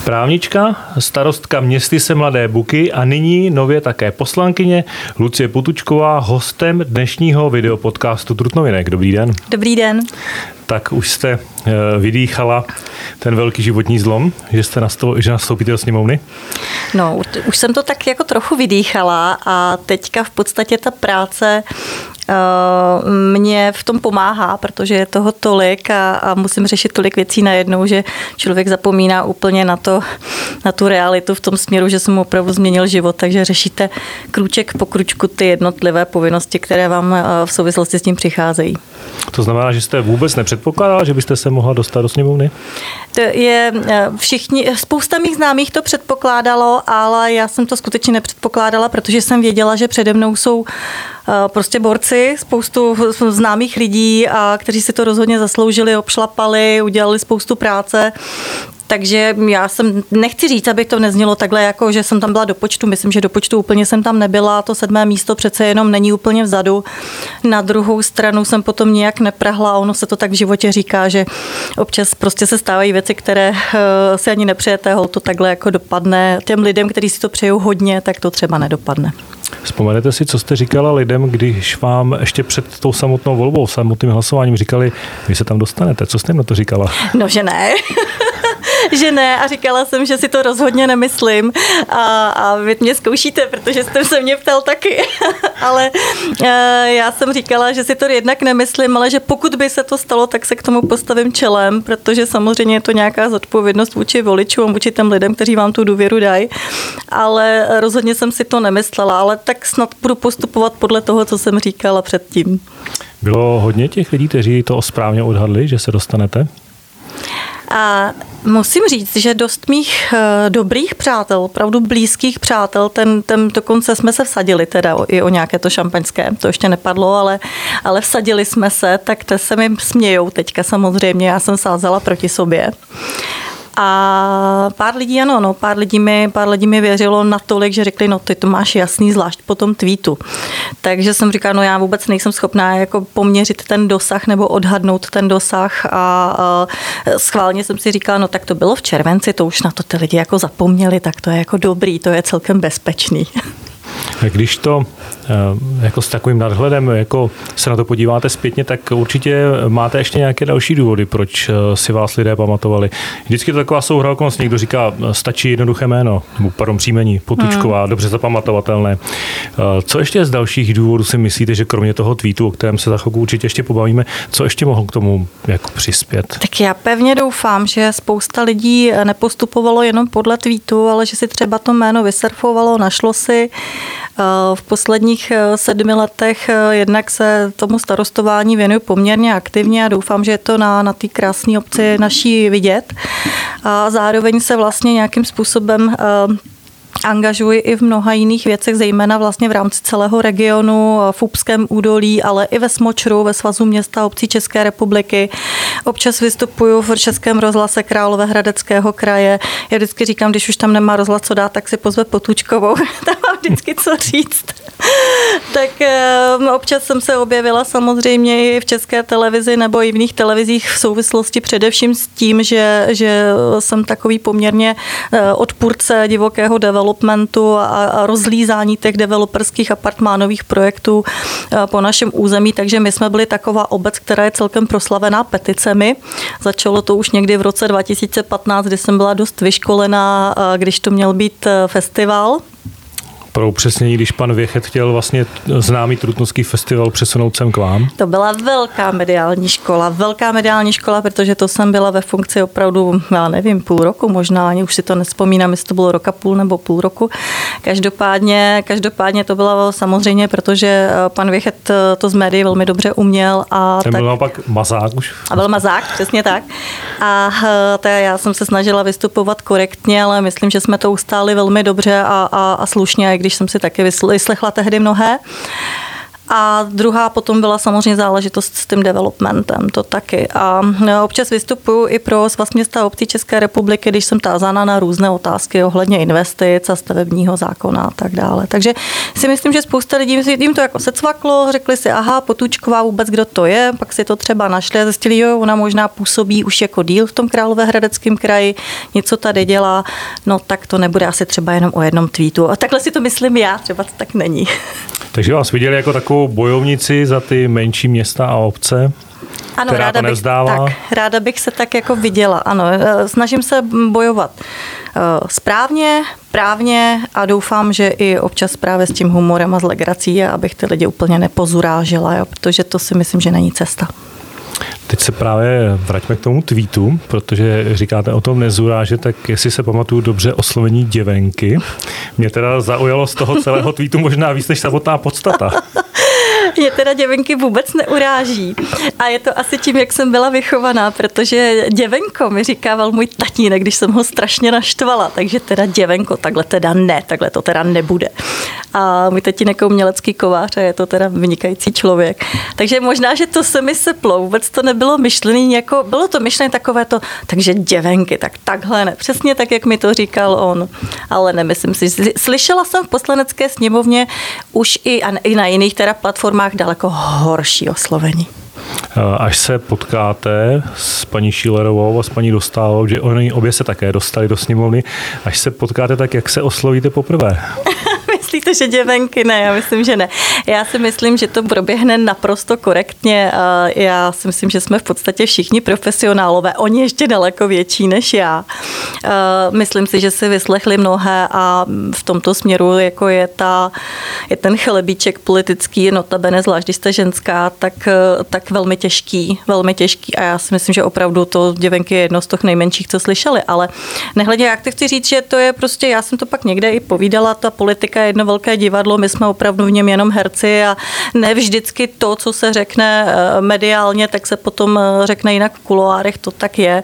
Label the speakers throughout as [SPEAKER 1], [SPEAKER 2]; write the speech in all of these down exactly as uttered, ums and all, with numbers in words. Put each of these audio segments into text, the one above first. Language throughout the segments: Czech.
[SPEAKER 1] Právnička, starostka Městyse Mladé Buky a nyní nově také poslankyně Lucie Potůčková, hostem dnešního videopodcastu Trutnovinek. Dobrý den.
[SPEAKER 2] Dobrý den.
[SPEAKER 1] Tak už jste vydýchala ten velký životní zlom, že jste nastoupili, že nastoupíte do sněmovny?
[SPEAKER 2] No, už jsem to tak jako trochu vydýchala a teďka v podstatě ta práce uh, mě v tom pomáhá, protože je toho tolik a, a musím řešit tolik věcí najednou, že člověk zapomíná úplně na to, na tu realitu v tom směru, že jsem mu opravdu změnil život, takže řešíte krůček po krůčku ty jednotlivé povinnosti, které vám v souvislosti s tím přicházejí.
[SPEAKER 1] To znamená, že jste vůbec nepředpokládala, že byste se mohla dostat do sněmovny?
[SPEAKER 2] To je všichni, spousta mých známých to předpokládalo, ale já jsem to skutečně nepředpokládala, protože jsem věděla, že přede mnou jsou prostě borci, spoustu známých lidí, a kteří si to rozhodně zasloužili, obšlapali, udělali spoustu práce. Takže já jsem, nechci říct, aby to neznělo takhle, jako že jsem tam byla do počtu. Myslím, že do počtu úplně jsem tam nebyla. To sedmé místo přece jenom není úplně vzadu. Na druhou stranu jsem potom nějak neprahla. Ono se to tak v životě říká, že občas prostě se stávají věci, které si ani nepřejete, hol to takhle jako dopadne. Těm lidem, kteří si to přejou hodně, tak to třeba nedopadne.
[SPEAKER 1] Vzpomenete si, co jste říkala lidem, když vám ještě před tou samotnou volbou, samotným hlasováním říkali, vy se tam dostanete? Co jste jim na to říkala?
[SPEAKER 2] No, že ne. že ne a říkala jsem, že si to rozhodně nemyslím a, a vy mě zkoušíte, protože jste se mě ptal taky. ale e, já jsem říkala, že si to jednak nemyslím, ale že pokud by se to stalo, tak se k tomu postavím čelem, protože samozřejmě je to nějaká zodpovědnost vůči voličům, vůči těm lidem, kteří vám tu důvěru dají, ale rozhodně jsem si to nemyslela, ale tak snad budu postupovat podle toho, co jsem říkala předtím.
[SPEAKER 1] Bylo hodně těch lidí, kteří to správně odhadli, že se dostanete?
[SPEAKER 2] A musím říct, že dost mých dobrých přátel, opravdu blízkých přátel, ten, ten dokonce jsme se vsadili teda o, i o nějaké to šampaňské, to ještě nepadlo, ale, ale vsadili jsme se, tak te se mi smějou teďka samozřejmě, já jsem sázela proti sobě. A pár lidí ano, no, pár lidí mi, pár lidí mi věřilo natolik, že řekli, no ty to máš jasný, zvlášť po tom tweetu. Takže jsem říkala, no já vůbec nejsem schopná jako poměřit ten dosah nebo odhadnout ten dosah a, a schválně jsem si říkala, no tak to bylo v červenci, to už na to ty lidi jako zapomněli, tak to je jako dobrý, to je celkem bezpečný.
[SPEAKER 1] Když to jako s takovým nadhledem jako se na to podíváte zpětně, tak určitě máte ještě nějaké další důvody, proč si vás lidé pamatovali. Vždycky to taková souhra okolností. Někdo říká, stačí jednoduché jméno, nebo pardon, příjmení, Potůčková, hmm. dobře zapamatovatelné. Co ještě z dalších důvodů si myslíte, že kromě toho tweetu, o kterém se za chvilku určitě ještě pobavíme, co ještě mohlo k tomu jako přispět?
[SPEAKER 2] Tak já pevně doufám, že spousta lidí nepostupovalo jenom podle tweetu, ale že si třeba to jméno vysurfovalo, našlo si. V posledních sedmi letech jednak se tomu starostování věnuju poměrně aktivně a doufám, že je to na, na té krásné obci naší vidět. A zároveň se vlastně nějakým způsobem angažuji i v mnoha jiných věcech, zejména vlastně v rámci celého regionu, v Úpském údolí, ale i ve Smočru, ve Svazu města a obcí České republiky. Občas vystupuju v Českém rozhlase Královéhradeckého kraje. Já vždycky říkám, když už tam nemá rozhlas co dát, tak si pozve Potůčkovou. Tam mám vždycky co říct. tak občas jsem se objevila samozřejmě i v České televizi nebo i v jiných televizích v souvislosti především s tím, že, že jsem takový poměrně odpůrce divokého developmentu a rozlízání těch developerských apartmánových projektů po našem území, takže my jsme byli taková obec, která je celkem proslavená peticemi. Začalo to už někdy v roce dva tisíce patnáct, kdy jsem byla dost vyškolená, když to měl být festival.
[SPEAKER 1] Pro upřesnění, když pan Věchet chtěl vlastně známý Trutnovský festival přesunout sem k vám?
[SPEAKER 2] To byla velká mediální škola, velká mediální škola, protože to jsem byla ve funkci opravdu, já nevím, půl roku možná, ani už si to nespomínám, jestli to bylo roka půl nebo půl roku. Každopádně, každopádně to bylo samozřejmě, protože pan Věchet to z médií velmi dobře uměl. A
[SPEAKER 1] Ten
[SPEAKER 2] tak,
[SPEAKER 1] byl naopak mazák už.
[SPEAKER 2] A byl mazák, přesně tak. A to já jsem se snažila vystupovat korektně, ale myslím, že jsme to ustáli velmi dobře a, a, a slušně, když jsem si taky vyslechla tehdy mnohé. A druhá potom byla samozřejmě záležitost s tím developmentem, to taky. A občas vystupuju i pro Svaz měst a obcí České republiky, když jsem tázána na různé otázky ohledně investic a stavebního zákona a tak dále. Takže si myslím, že spousta lidí jim to jako secvaklo, řekli si, aha, Potůčková vůbec kdo to je, pak si to třeba našli a zjistili, jo, ona možná působí už jako díl v tom Královéhradeckém kraji, něco tady dělá, no tak to nebude asi třeba jenom o jednom tweetu. A takhle si to myslím já, třeba to tak není.
[SPEAKER 1] Takže vás viděli jako takovou bojovnici za ty menší města a obce?
[SPEAKER 2] Ano, ráda bych, tak, ráda bych se tak jako viděla. Ano, snažím se bojovat správně, právně a doufám, že i občas právě s tím humorem a s legrací, abych ty lidi úplně nepozurážila, jo, protože to si myslím, že není cesta.
[SPEAKER 1] Teď se právě vraťme k tomu tweetu, protože říkáte o tom nezuráže, tak jestli se pamatuju dobře oslovení děvenky. Mě teda zaujalo z toho celého tweetu možná víc než samotná podstata.
[SPEAKER 2] Mě teda děvenky vůbec neuráží. A je to asi tím, jak jsem byla vychovaná, protože děvenko mi říkával můj tatínek, když jsem ho strašně naštvala. Takže teda děvenko, takhle teda ne, takhle to teda nebude. A můj tatínek je umělecký kovář a je to teda vynikající člověk. Takže možná, že to se mi seplo. Vůbec to nebylo myšlený, jako, bylo to myšlené takové to, takže děvenky, tak takhle ne. Přesně tak, jak mi to říkal on. Ale nemyslím si. Slyšela jsem v Poslanecké sněmovně už i, a i na jiných teda platformách daleko horší oslovení.
[SPEAKER 1] Až se potkáte s paní Schillerovou a s paní Dostálovou, že oni obě se také dostali do sněmovny, až se potkáte, tak jak se oslovíte poprvé?
[SPEAKER 2] Myslíte, že děvenky? Ne, já myslím, že ne. Já si myslím, že to proběhne naprosto korektně. Já si myslím, že jsme v podstatě všichni profesionálové. Oni ještě daleko větší než já. Myslím si, že si vyslechli mnohé a v tomto směru, jako je, ta, je ten chlebíček politický, notabene, zvlášť když jste ženská, tak, tak velmi těžký, velmi těžký. A já si myslím, že opravdu to děvenky je jedno z těch nejmenších, co slyšeli. Ale nehledě, jak to chci říct, že to je prostě, já jsem to pak někde i povídala, ta politika je jedno velké divadlo, my jsme opravdu v něm jenom herci a ne vždycky to, co se řekne mediálně, tak se potom řekne jinak v kuloárech, to tak je,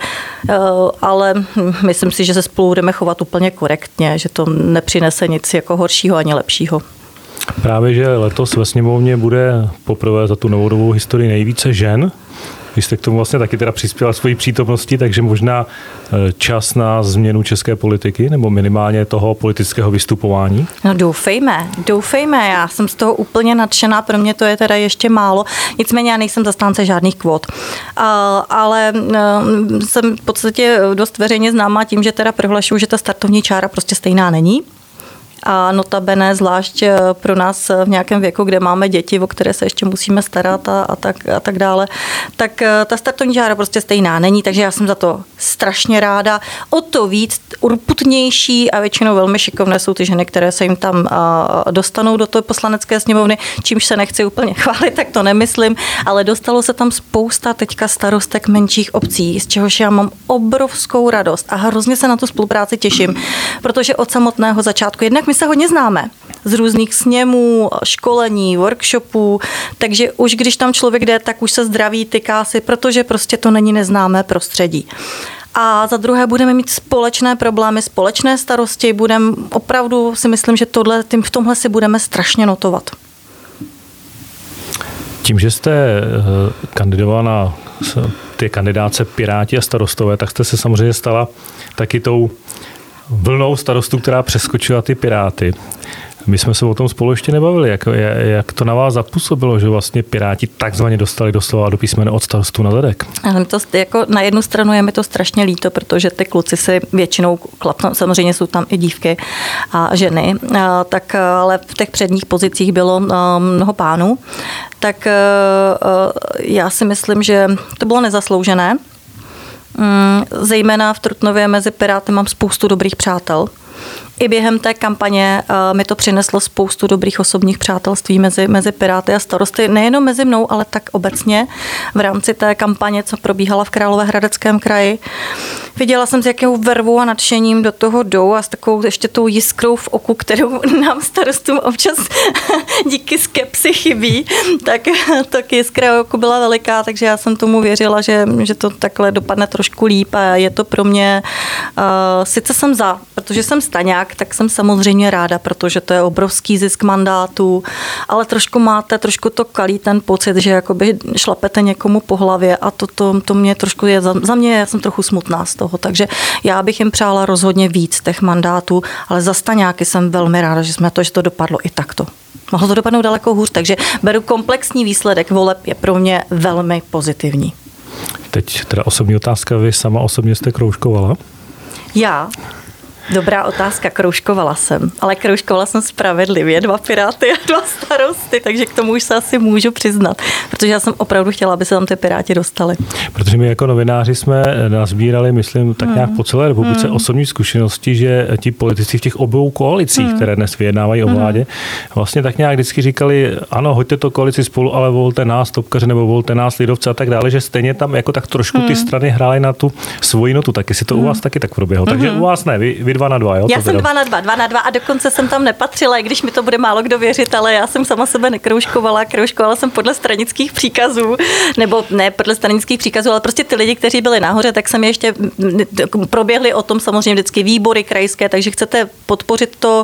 [SPEAKER 2] ale myslím si, že se spolu budeme chovat úplně korektně, že to nepřinese nic jako horšího ani lepšího.
[SPEAKER 1] Právě, že letos ve sněmovně bude poprvé za tu novodobou historii nejvíce žen. Vy jste k tomu vlastně taky teda přispěla svojí přítomností, takže možná čas na změnu české politiky nebo minimálně toho politického vystupování?
[SPEAKER 2] No doufejme, doufejme. Já jsem z toho úplně nadšená, pro mě to je teda ještě málo. Nicméně já nejsem zastánce žádných kvót. Ale jsem v podstatě dost veřejně známá tím, že teda prohlašuju, že ta startovní čára prostě stejná není. A notabene zvlášť pro nás v nějakém věku, kde máme děti, o které se ještě musíme starat a, a, tak, a tak dále, tak ta startovní čára prostě stejná není, takže já jsem za to strašně ráda. O to víc urputnější a většinou velmi šikovné jsou ty ženy, které se jim tam dostanou do té poslanecké sněmovny, čímž se nechci úplně chválit, tak to nemyslím, ale dostalo se tam spousta teďka starostek menších obcí, z čehož já mám obrovskou radost a hrozně se na tu spolupráci těším, protože od samotného začátku jednak my se hodně známe z různých sněmů, školení, workshopů, takže už když tam člověk jde, tak už se zdraví, tyká si, protože prostě to není neznámé prostředí. A za druhé budeme mít společné problémy, společné starosti, budeme opravdu si myslím, že tohle, tím, v tomhle si budeme strašně notovat.
[SPEAKER 1] Tím, že jste kandidovala na ty kandidáce Piráti a Starostové, tak jste se samozřejmě stala taky tou vlnou starostů, která přeskočila ty Piráty. My jsme se o tom spolu ještě nebavili. Jak, jak to na vás zapůsobilo, že vlastně Piráti takzvaně dostali doslova do písmene od starostů na zadek?
[SPEAKER 2] To, jako na jednu stranu je mi to strašně líto, protože ty kluci si většinou klapnou, samozřejmě jsou tam i dívky a ženy, tak ale v těch předních pozicích bylo mnoho pánů. Tak já si myslím, že to bylo nezasloužené. Zejména v Trutnově mezi Piráty mám spoustu dobrých přátel. I během té kampaně mi to přineslo spoustu dobrých osobních přátelství mezi, mezi Piráty a starosty, nejenom mezi mnou, ale tak obecně v rámci té kampaně, co probíhala v Královéhradeckém kraji. Viděla jsem, s jakou vervou a nadšením do toho jdou a s takovou ještě tou jiskrou v oku, kterou nám starostům občas díky skepsi chybí, tak tak jiskra v oku byla veliká, takže já jsem tomu věřila, že, že to takhle dopadne trošku líp a je to pro mě, uh, sice jsem za, protože jsem staňák, tak, tak jsem samozřejmě ráda, protože to je obrovský zisk mandátu, ale trošku máte, trošku to kalí ten pocit, že jakoby šlapete někomu po hlavě a to, to, to mě trošku je, za, za mě já jsem trochu smutná z toho, takže já bych jim přála rozhodně víc těch mandátů, ale za Staňáky jsem velmi ráda, že jsme to, že to dopadlo i takto. Mohlo to dopadnout daleko hůř, takže beru komplexní výsledek voleb je pro mě velmi pozitivní.
[SPEAKER 1] Teď teda osobní otázka, vy sama osobně jste kroužkovala?
[SPEAKER 2] Já? Dobrá otázka, kroužkovala jsem, ale kroužkovala jsem spravedlivě, dva Piráty a dva Starosty, takže k tomu už se asi můžu přiznat, protože já jsem opravdu chtěla, aby se tam ty Piráti dostali.
[SPEAKER 1] Protože my jako novináři jsme nazbírali, myslím, tak nějak po celé republice hmm. osobní zkušenosti, že ti politici v těch obou koalicích, hmm. které dnes vyjednávají o vládě, vlastně tak nějak vždycky říkali, ano, hoďte to koalici Spolu, ale volte nás, Topkaře, nebo volte nás, Lidovce a tak dále, že stejně tam jako tak trošku hmm. ty strany hrály na tu svoji notu, tak jestli to hmm. u vás taky tak proběhlo. Takže hmm. u vás ne, vy, vy dva na dva, jo?
[SPEAKER 2] Já jsem dva na dva, dva na dva a dokonce jsem tam nepatřila, i když mi to bude málo kdo věřit, ale já jsem sama sebe nekroužkovala, kroužkovala jsem podle stranických příkazů, nebo ne podle stranických příkazů, ale prostě ty lidi, kteří byli nahoře, tak jsem ještě proběhli o tom samozřejmě vždycky výbory krajské, takže chcete podpořit to,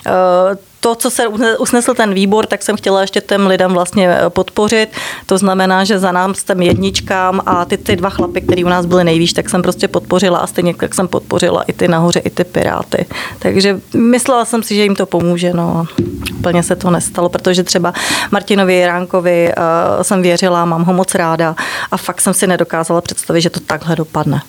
[SPEAKER 2] to, co se usnesl ten výbor, tak jsem chtěla ještě těm lidem vlastně podpořit. To znamená, že za nám těm jedničkám a ty, ty dva chlapy, který u nás byly nejvíc, tak jsem prostě podpořila a stejně tak jsem podpořila i ty nahoře, i ty Piráty. Takže myslela jsem si, že jim to pomůže, no a úplně se to nestalo, protože třeba Martinovi Jiránkovi uh, jsem věřila, mám ho moc ráda a fakt jsem si nedokázala představit, že to takhle dopadne.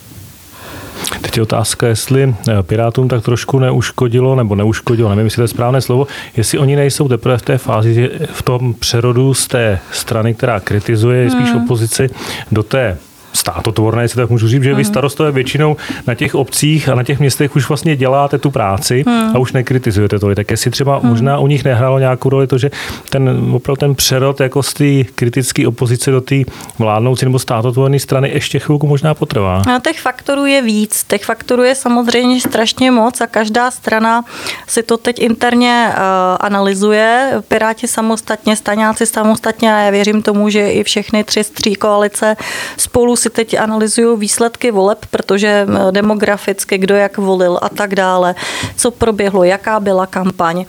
[SPEAKER 1] Teď je otázka, jestli Pirátům tak trošku neuškodilo, nebo neuškodilo, nevím, jestli to je správné slovo, jestli oni nejsou teprve v té fázi, že v tom přerodu z té strany, která kritizuje spíš hmm. opozici, do té státotvorné, jestli tak můžu říct, že vy starostové většinou na těch obcích a na těch městech už vlastně děláte tu práci hmm. a už nekritizujete to. Tak jestli třeba hmm. možná u nich nehrálo nějakou roli to, že ten opravdu ten přerod jako z té kritické opozice do té vládnoucí nebo státotvorné strany ještě chvilku možná potrvá.
[SPEAKER 2] A těch faktorů je víc. Těch faktorů je samozřejmě strašně moc a každá strana si to teď interně uh, analyzuje. Piráti samostatně, Staňáci samostatně a já věřím tomu, že i všechny tři stří koalice Spolu si teď analyzují výsledky voleb, protože demograficky, kdo jak volil a tak dále, co proběhlo, jaká byla kampaň.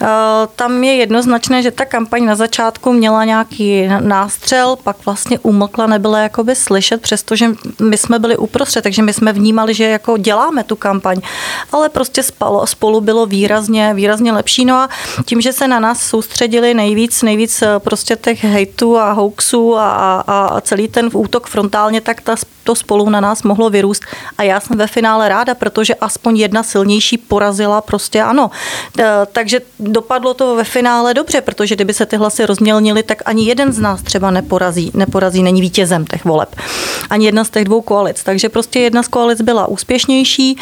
[SPEAKER 2] Tam je jednoznačné, že ta kampaň na začátku měla nějaký nástřel, pak vlastně umlkla, nebyla jakoby slyšet, přestože my jsme byli uprostřed, takže my jsme vnímali, že jako děláme tu kampaň, ale prostě spalo, Spolu bylo výrazně, výrazně lepší. No a tím, že se na nás soustředili nejvíc, nejvíc prostě těch hejtů a hoaxů a, a, a celý ten útok frontálně, tak ta, to Spolu na nás mohlo vyrůst. A já jsem ve finále ráda, protože aspoň jedna silnější porazila prostě ANO. Takže dopadlo to ve finále dobře, protože kdyby se ty hlasy rozmělnily, tak ani jeden z nás třeba neporazí, neporazí, není vítězem těch voleb. Ani jedna z těch dvou koalic. Takže prostě jedna z koalic byla úspěšnější.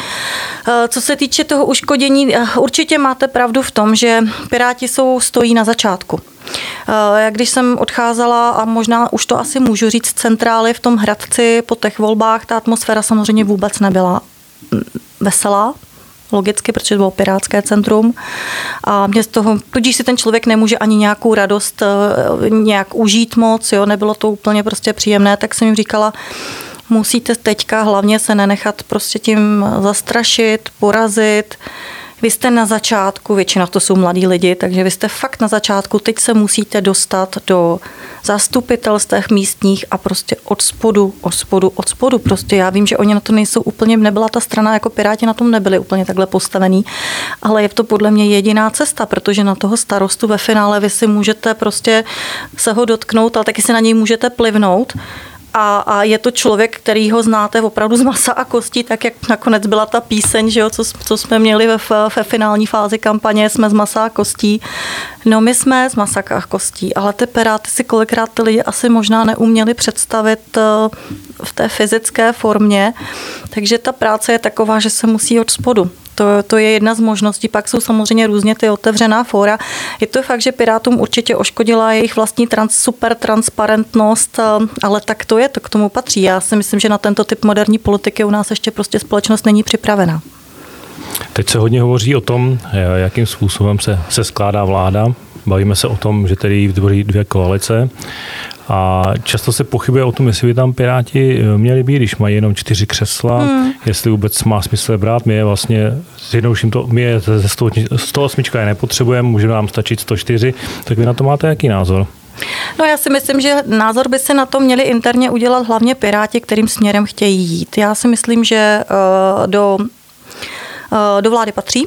[SPEAKER 2] Co se týče toho uškodění, určitě máte pravdu v tom, že Piráti jsou, stojí na začátku. Jak když jsem odcházela, a možná už to asi můžu říct, z centrály v tom Hradci po těch volbách, ta atmosféra samozřejmě vůbec nebyla veselá, logicky, protože to bylo pirátské centrum a mě z toho, tudíž si ten člověk nemůže ani nějakou radost nějak užít moc, jo, nebylo to úplně prostě příjemné, tak jsem jim říkala, musíte teďka hlavně se nenechat prostě tím zastrašit, porazit. Vy jste na začátku, většina to jsou mladí lidi, takže vy jste fakt na začátku, teď se musíte dostat do zastupitelstev místních a prostě od spodu, od spodu, od spodu. Prostě já vím, že oni na to nejsou úplně, nebyla ta strana, jako Piráti na tom nebyli úplně takhle postavený, ale je to podle mě jediná cesta, protože na toho starostu ve finále vy si můžete prostě se ho dotknout, ale taky si na něj můžete plivnout. A, a je to člověk, který ho znáte opravdu z masa a kostí, tak jak nakonec byla ta píseň, že jo, co, co jsme měli ve, ve finální fázi kampaně, jsme z masa a kostí. No my jsme z masa a kostí, ale ty Piráty si kolikrát ty lidi asi možná neuměli představit v té fyzické formě, takže ta práce je taková, že se musí od spodu. To, to je jedna z možností, pak jsou samozřejmě různě ty otevřená fóra. Je to fakt, že Pirátům určitě oškodila jejich vlastní trans, super transparentnost, ale tak to je, to k tomu patří. Já si myslím, že na tento typ moderní politiky u nás ještě prostě společnost není připravená.
[SPEAKER 1] Teď se hodně hovoří o tom, jakým způsobem se, se skládá vláda. Bavíme se o tom, že tedy tvoří dvě koalice. A často se pochybuje o tom, jestli by tam Piráti měli být, když mají jenom čtyři křesla, hmm. jestli vůbec má smysl brát. My je vlastně, zjednouším to, my je ze sto osm je nepotřebujeme, může nám stačit sto čtyři, tak vy na to máte jaký názor?
[SPEAKER 2] No já si myslím, že názor by se na to měli interně udělat hlavně Piráti, kterým směrem chtějí jít. Já si myslím, že do, do vlády patří.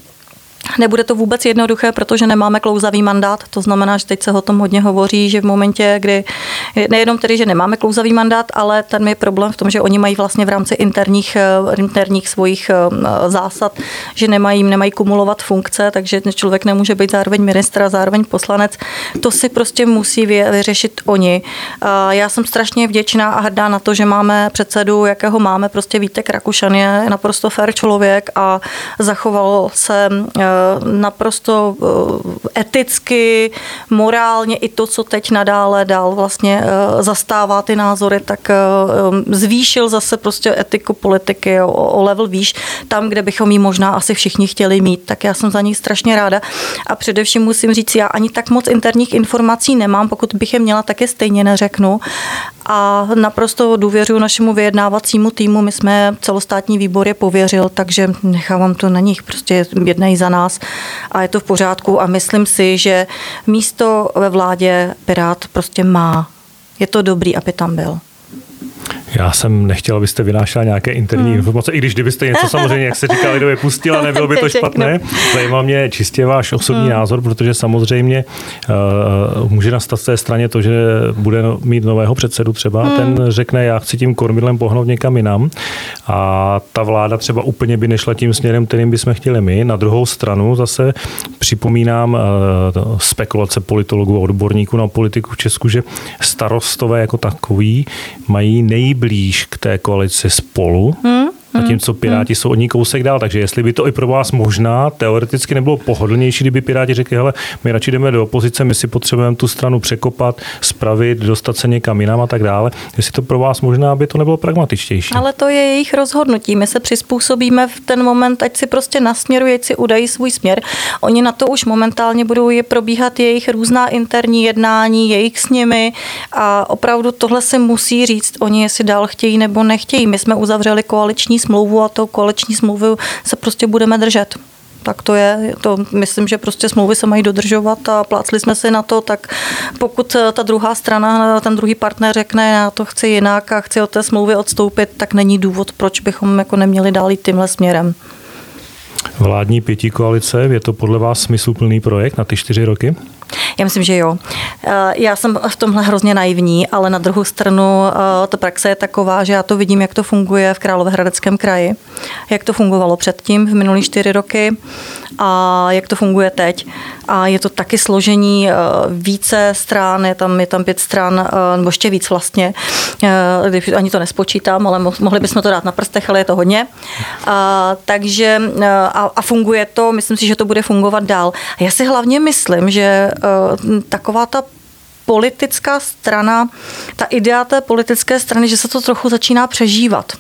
[SPEAKER 2] Nebude to vůbec jednoduché, protože nemáme klouzavý mandát, to znamená, že teď se o tom hodně hovoří, že v momentě, kdy nejenom tedy, že nemáme klouzavý mandát, ale ten je problém v tom, že oni mají vlastně v rámci interních, interních svojich zásad, že nemají, nemají kumulovat funkce, takže člověk nemůže být zároveň ministr a zároveň poslanec. To si prostě musí vyřešit oni. Já jsem strašně vděčná a hrdá na to, že máme předsedu, jakého máme, prostě Vítek Rakušan je naprosto fair člověk a zachoval se naprosto eticky, morálně i to, co teď nadále dál vlastně zastává ty názory, tak zvýšil zase prostě etiku politiky o, o level výš, tam, kde bychom ji možná asi všichni chtěli mít, tak já jsem za ní strašně ráda a především musím říct, já ani tak moc interních informací nemám, pokud bych je měla, tak je stejně neřeknu a naprosto důvěřuji našemu vyjednávacímu týmu, my jsme celostátní výbor je pověřil, takže nechávám to na nich, prostě jednají za nás a je to v pořádku a myslím si, že místo ve vládě Pirát prostě má. Je to dobrý, aby tam byl.
[SPEAKER 1] Já jsem nechtěl, abyste vynášela nějaké interní hmm. informace, i když kdybyste něco samozřejmě, jak se říká, lidově pustila, nebylo by to špatné. Zajímá mě čistě váš osobní hmm. názor, protože samozřejmě uh, může nastat v té straně to, že bude mít nového předsedu třeba, hmm. ten řekne, já chci tím kormidlem pohnout někam jinam a ta vláda třeba úplně by nešla tím směrem, kterým bychom chtěli my. Na druhou stranu zase připomínám uh, spekulace politologů a odborníků na politiku v Česku, že starostové jako takový mají nejblíž k té koalici Spolu, hmm. zatímco Piráti hmm. jsou od ní kousek dál, takže jestli by to i pro vás možná teoreticky nebylo pohodlnější, kdyby Piráti řekli, hele, my radši jdeme do opozice, my si potřebujeme tu stranu překopat, spravit, dostat se někam jinam a tak dále. Jestli to pro vás možná by to nebylo pragmatičtější.
[SPEAKER 2] Ale to je jejich rozhodnutí. My se přizpůsobíme v ten moment, ať si prostě nasměrují, ať si udají svůj směr. Oni na to už momentálně budou je probíhat jejich různá interní jednání, jejich s nimi a opravdu tohle si musí říct oni, jestli dál chtějí nebo nechtějí. My jsme uzavřeli koaliční smlouvu a to koaliční smlouvy se prostě budeme držet. Tak to je, to myslím, že prostě smlouvy se mají dodržovat a plácli jsme si na to, tak pokud ta druhá strana, ten druhý partner řekne, já to chci jinak a chci od té smlouvy odstoupit, tak není důvod, proč bychom jako neměli dál jít tímhle směrem.
[SPEAKER 1] Vládní pětikoalice, je to podle vás smysluplný projekt na ty čtyři roky?
[SPEAKER 2] Já myslím, že jo. Já jsem v tomhle hrozně naivní, ale na druhou stranu ta praxe je taková, že já to vidím, jak to funguje v Královéhradeckém kraji, jak to fungovalo předtím v minulých čtyři roky a jak to funguje teď. A je to taky složení více stran, je tam, je tam pět stran, nebo ještě víc vlastně, ani to nespočítám, ale mohli bychom to dát na prstech, ale je to hodně. A, takže a, a funguje to, myslím si, že to bude fungovat dál. A já si hlavně myslím, že taková ta politická strana, ta idea té politické strany, že se to trochu začíná přežívat.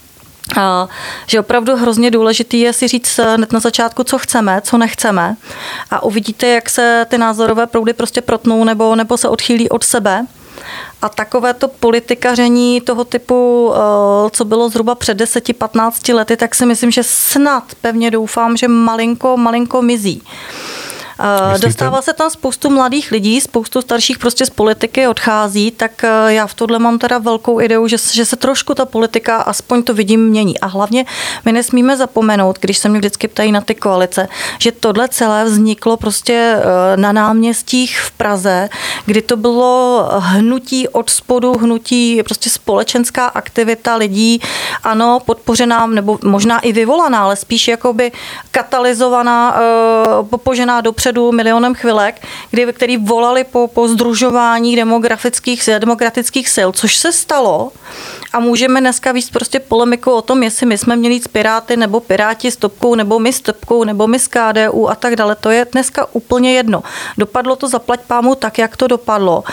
[SPEAKER 2] A že opravdu hrozně důležitý je si říct hned na začátku, co chceme, co nechceme a uvidíte, jak se ty názorové proudy prostě protnou nebo, nebo se odchýlí od sebe. A takové to politikaření toho typu, co bylo zhruba před deseti patnácti lety, tak si myslím, že snad pevně doufám, že malinko, malinko mizí. Myslíte? Dostává se tam spoustu mladých lidí, spoustu starších prostě z politiky odchází, tak já v tohle mám teda velkou ideu, že, že se trošku ta politika, aspoň to vidím, mění. A hlavně my nesmíme zapomenout, když se mě vždycky ptají na ty koalice, že tohle celé vzniklo prostě na náměstích v Praze, kdy to bylo hnutí od spodu, hnutí, prostě společenská aktivita lidí, ano, podpořená, nebo možná i vyvolaná, ale spíš jakoby katalyzovaná, popožená dopředu milionem chvilek, kdy, který volali po, po sdružování demografických, demokratických sil, což se stalo a můžeme dneska víc prostě polemiku o tom, jestli my jsme měli jít s Piráty, nebo Piráti s Topkou, nebo my s Topkou, nebo my s K D U a tak dále. To je dneska úplně jedno. Dopadlo to zaplať pámu tak, jak to dopadlo.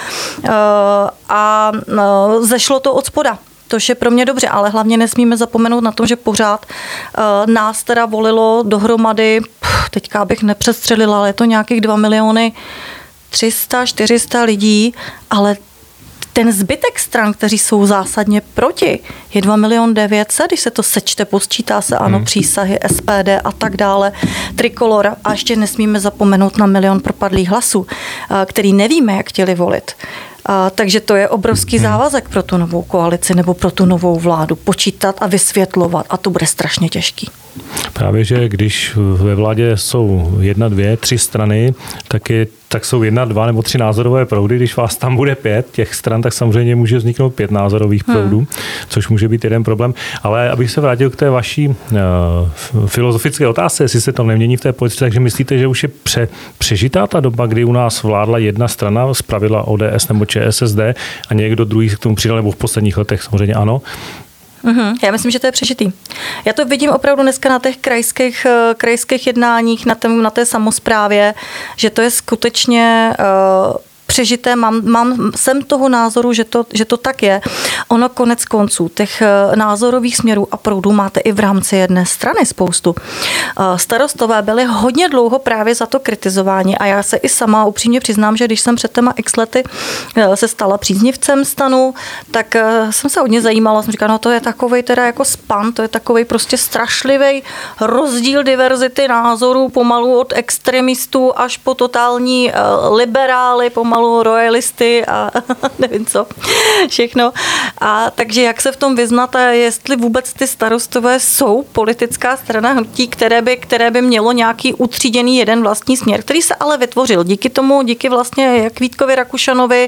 [SPEAKER 2] A zešlo to od spoda. To je pro mě dobře, ale hlavně nesmíme zapomenout na to, že pořád uh, nás teda volilo dohromady, pff, teďka bych nepřestřelila, ale je to nějakých dva miliony tři sta, čtyři sta lidí, ale Ten zbytek stran, kteří jsou zásadně proti, je dva miliony devět set, když se to sečte, posčítá se ano, hmm. přísahy, S P D a tak dále, Trikolora a ještě nesmíme zapomenout na milion propadlých hlasů, který nevíme, jak chtěli volit. A, takže to je obrovský závazek pro tu novou koalici nebo pro tu novou vládu počítat a vysvětlovat a to bude strašně těžký.
[SPEAKER 1] Právě, že když ve vládě jsou jedna, dvě, tři strany, tak, je, tak jsou jedna, dva nebo tři názorové proudy. Když vás tam bude pět těch stran, tak samozřejmě může vzniknout pět názorových proudů, hmm. což může být jeden problém. Ale abych se vrátil k té vaší uh, filozofické otázce, jestli se to nemění v té politice, takže myslíte, že už je pře, přežitá ta doba, kdy u nás vládla jedna strana, zpravidla O D S nebo Č S S D a někdo druhý se k tomu přidal, nebo v posledních letech samozřejmě ano.
[SPEAKER 2] Uhum, já myslím, že to je přežitý. Já to vidím opravdu dneska na těch krajských, krajských jednáních, na, tém, na té samosprávě, že to je skutečně uh, přežité. Mám, mám, jsem toho názoru, že to, že to tak je. Ono konec konců těch názorových směrů a proudů máte i v rámci jedné strany spoustu. Starostové byli hodně dlouho právě za to kritizování a já se i sama upřímně přiznám, že když jsem před těma x lety se stala příznivcem stanu, tak jsem se hodně zajímala. Jsem říkala, no to je takovej teda jako span, to je takovej prostě strašlivý rozdíl diverzity názorů pomalu od extremistů až po totální liberály, pomalu royalisty a nevím co, všechno. A takže jak se v tom vyznat a jestli vůbec ty starostové jsou politická strana hnutí, které by, které by mělo nějaký utříděný jeden vlastní směr, který se ale vytvořil. Díky tomu, díky vlastně jak Vítkovi Rakušanovi,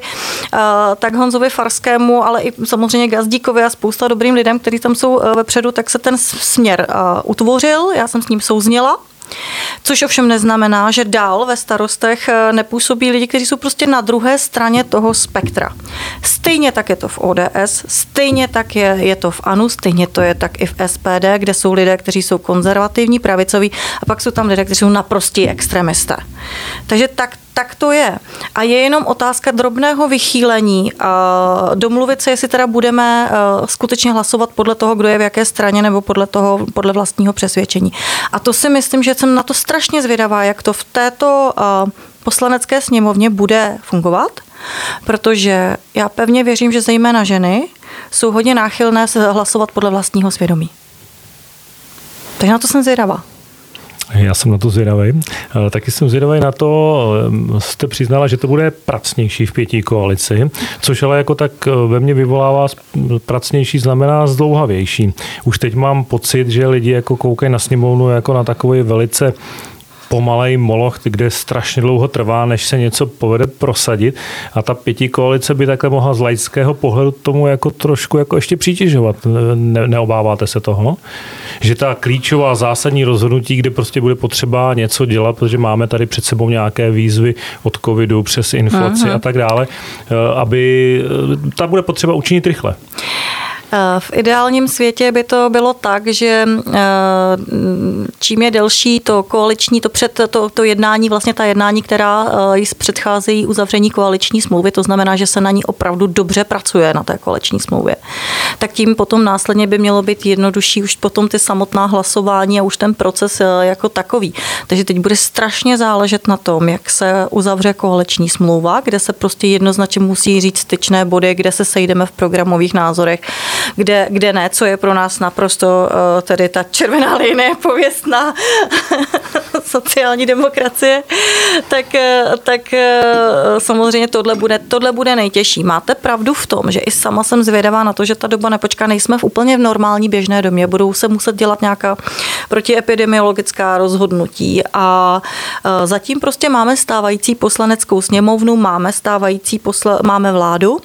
[SPEAKER 2] tak Honzovi Farskému, ale i samozřejmě Gazdíkovi a spousta dobrým lidem, kteří tam jsou vepředu, tak se ten směr utvořil. Já jsem s ním souzněla. Což ovšem neznamená, že dál ve starostech nepůsobí lidi, kteří jsou prostě na druhé straně toho spektra. Stejně tak je to v O D S, stejně tak je, je to v ANO, stejně to je tak i v S P D, kde jsou lidé, kteří jsou konzervativní, pravicoví a pak jsou tam lidé, kteří jsou naprostí extremisté. Takže tak Tak to je. A je jenom otázka drobného vychýlení a domluvit se, jestli teda budeme skutečně hlasovat podle toho, kdo je v jaké straně nebo podle toho, podle vlastního přesvědčení. A to si myslím, že jsem na to strašně zvědavá, jak to v této poslanecké sněmovně bude fungovat, protože já pevně věřím, že zejména ženy jsou hodně náchylné hlasovat podle vlastního svědomí. Takže na to jsem zvědavá.
[SPEAKER 1] Já jsem na to zvědavý. Taky jsem zvědavý na to, jste přiznala, že to bude pracnější v pětí koalici, což ale jako tak ve mně vyvolává, pracnější znamená zdlouhavější. Už teď mám pocit, že lidi jako koukají na sněmovnu jako na takový velice pomalej moloch, kde strašně dlouho trvá, než se něco povede prosadit a ta pětí koalice by takhle mohla z laického pohledu tomu jako trošku jako ještě přitěžovat. Ne, neobáváte se toho? Že ta klíčová zásadní rozhodnutí, kde prostě bude potřeba něco dělat, protože máme tady před sebou nějaké výzvy od covidu přes inflaci Aha. a tak dále, aby ta bude potřeba učinit rychle.
[SPEAKER 2] V ideálním světě by to bylo tak, že čím je delší to koaliční, to před to, to jednání, vlastně ta jednání, která jí předcházejí uzavření koaliční smlouvy, to znamená, že se na ní opravdu dobře pracuje na té koaliční smlouvě, tak tím potom následně by mělo být jednodušší už potom ty samotná hlasování a už ten proces jako takový. Takže teď bude strašně záležet na tom, jak se uzavře koaliční smlouva, kde se prostě jednoznačně musí říct styčné body, kde se sejdeme v programových názorech, Kde, kde ne, co je pro nás naprosto tedy ta červená linie pověstná sociální demokracie, tak, tak samozřejmě tohle bude, tohle bude nejtěžší. Máte pravdu v tom, že i sama jsem zvědavá na to, že ta doba nepočká, nejsme v úplně v normální běžné domě, budou se muset dělat nějaká protiepidemiologická rozhodnutí a zatím prostě máme stávající poslaneckou sněmovnu, máme stávající posla, máme vládu.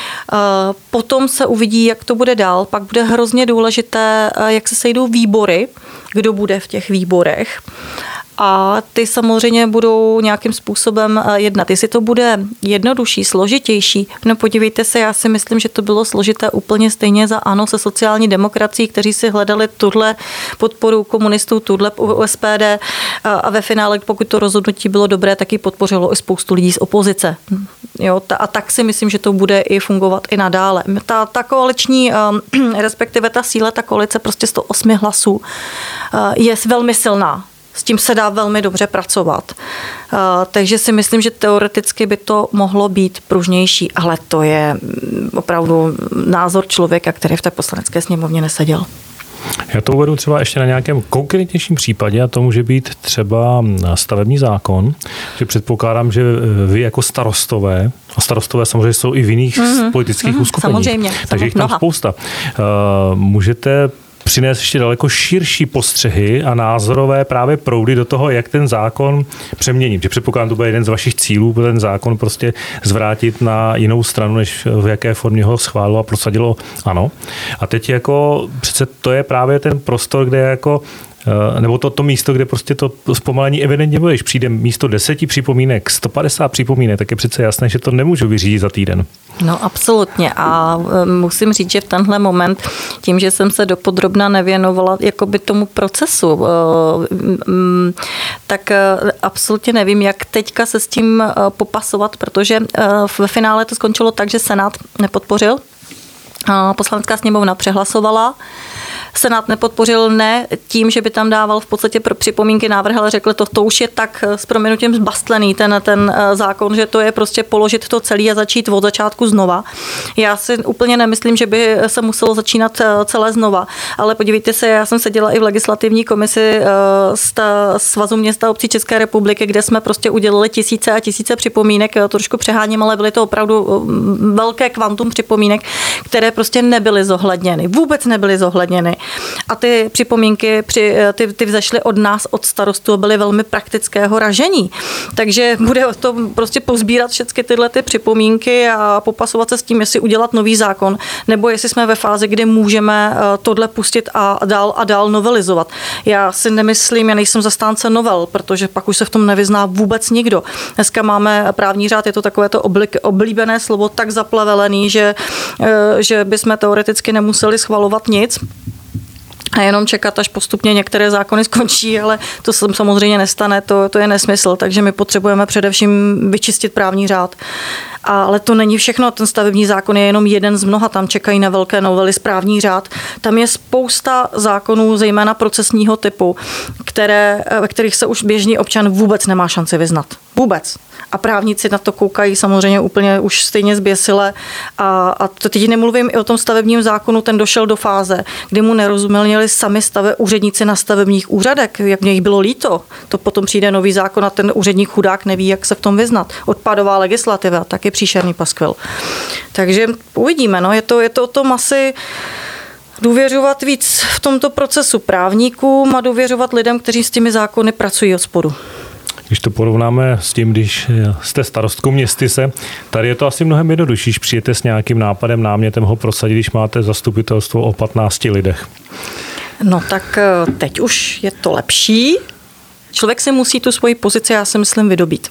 [SPEAKER 2] Potom se uvidí, jak to bude dál. Pak bude hrozně důležité, jak se sejdou výbory, kdo bude v těch výborech. A ty samozřejmě budou nějakým způsobem jednat. Jestli to bude jednodušší, složitější, no podívejte se, já si myslím, že to bylo složité úplně stejně za ANO se sociální demokracií, kteří si hledali tuhle podporu komunistů, tuhle u S P D a ve finále, pokud to rozhodnutí bylo dobré, tak ji podpořilo i spoustu lidí z opozice. Jo, a tak si myslím, že to bude i fungovat i nadále. Ta, ta koaliční, respektive ta síla, ta koalice prostě sto osm hlasů je velmi silná. S tím se dá velmi dobře pracovat. Takže si myslím, že teoreticky by to mohlo být pružnější, ale to je opravdu názor člověka, který v té poslanecké sněmovně neseděl.
[SPEAKER 1] Já to uvedu třeba ještě na nějakém konkrétnějším případě a to může být třeba stavební zákon, že předpokládám, že vy jako starostové, a starostové samozřejmě jsou i v jiných mm-hmm. politických mm-hmm. uskupeních,
[SPEAKER 2] samozřejmě,
[SPEAKER 1] takže jich tam mnoha. Spousta. Uh, můžete přinést ještě daleko širší postřehy a názorové právě proudy do toho, jak ten zákon přemění. Protože předpokládám, to bude jeden z vašich cílů, ten zákon prostě zvrátit na jinou stranu, než v jaké formě ho schválilo a prosadilo ANO. A teď jako přece to je právě ten prostor, kde jako nebo to, to místo, kde prostě to zpomalení evidentně bude. Když přijde místo deseti připomínek, sto padesát připomínek, tak je přece jasné, že to nemůžu vyřídit za týden.
[SPEAKER 2] No absolutně a musím říct, že v tenhle moment, tím, že jsem se dopodrobna nevěnovala jakoby tomu procesu, tak absolutně nevím, jak teďka se s tím popasovat, protože ve finále to skončilo tak, že Senát nepodpořil. Poslanecká sněmovna přehlasovala. Senát nepodpořil ne tím, že by tam dával v podstatě pro připomínky návrh, ale řekl to, to už je tak s prominutím zbastlený ten, ten zákon, že to je prostě položit to celý a začít od začátku znova. Já si úplně nemyslím, že by se muselo začínat celé znova, ale podívejte se, já jsem seděla i v legislativní komisi Svazu měst a obcí České republiky, kde jsme prostě udělali tisíce a tisíce připomínek, trošku přeháním, ale byly to opravdu velké kvantum připomínek, které prostě nebyly zohledněny, vůbec nebyly zohledněny. A ty připomínky při, ty, ty vzešly od nás, od starostů, byly velmi praktického ražení. Takže bude to prostě pozbírat všechny tyhle ty připomínky a popasovat se s tím, jestli udělat nový zákon, nebo jestli jsme ve fázi, kdy můžeme tohle pustit a dál a dál novelizovat. Já si nemyslím, já nejsem zastánce novel, protože pak už se v tom nevyzná vůbec nikdo. Dneska máme právní řád, je to takové to oblíbené slovo, tak zaplevelený, že, že bychom teoreticky nemuseli schvalovat nic. A jenom čekat, až postupně některé zákony skončí, ale to se samozřejmě nestane, to, to je nesmysl. Takže my potřebujeme především vyčistit právní řád. Ale to není všechno, ten stavební zákon je jenom jeden z mnoha, tam čekají na velké novely správní řád. Tam je spousta zákonů, zejména procesního typu, které, ve kterých se už běžný občan vůbec nemá šanci vyznat. Vůbec. A právníci na to koukají samozřejmě úplně už stejně zběsile. A, a to teď nemluvím i o tom stavebním zákonu, ten došel do fáze, kdy mu nerozuměli sami stave, úředníci na stavebních úřadech, jak mě jich bylo líto. To potom přijde nový zákon a ten úředník chudák neví, jak se v tom vyznat. Odpadová legislativa, taky příšerný paskvil. Takže uvidíme, no, je to, je to o tom asi důvěřovat víc v tomto procesu právníkům a důvěřovat lidem, kteří s těmi zákony pracují od spodu.
[SPEAKER 1] Když to porovnáme s tím, když jste starostkou městyse, tady je to asi mnohem jednodušší, když přijete s nějakým nápadem, námětem ho prosadit, když máte zastupitelstvo o patnácti lidech.
[SPEAKER 2] No tak teď už je to lepší. Člověk si musí tu svoji pozici, já si myslím, vydobít.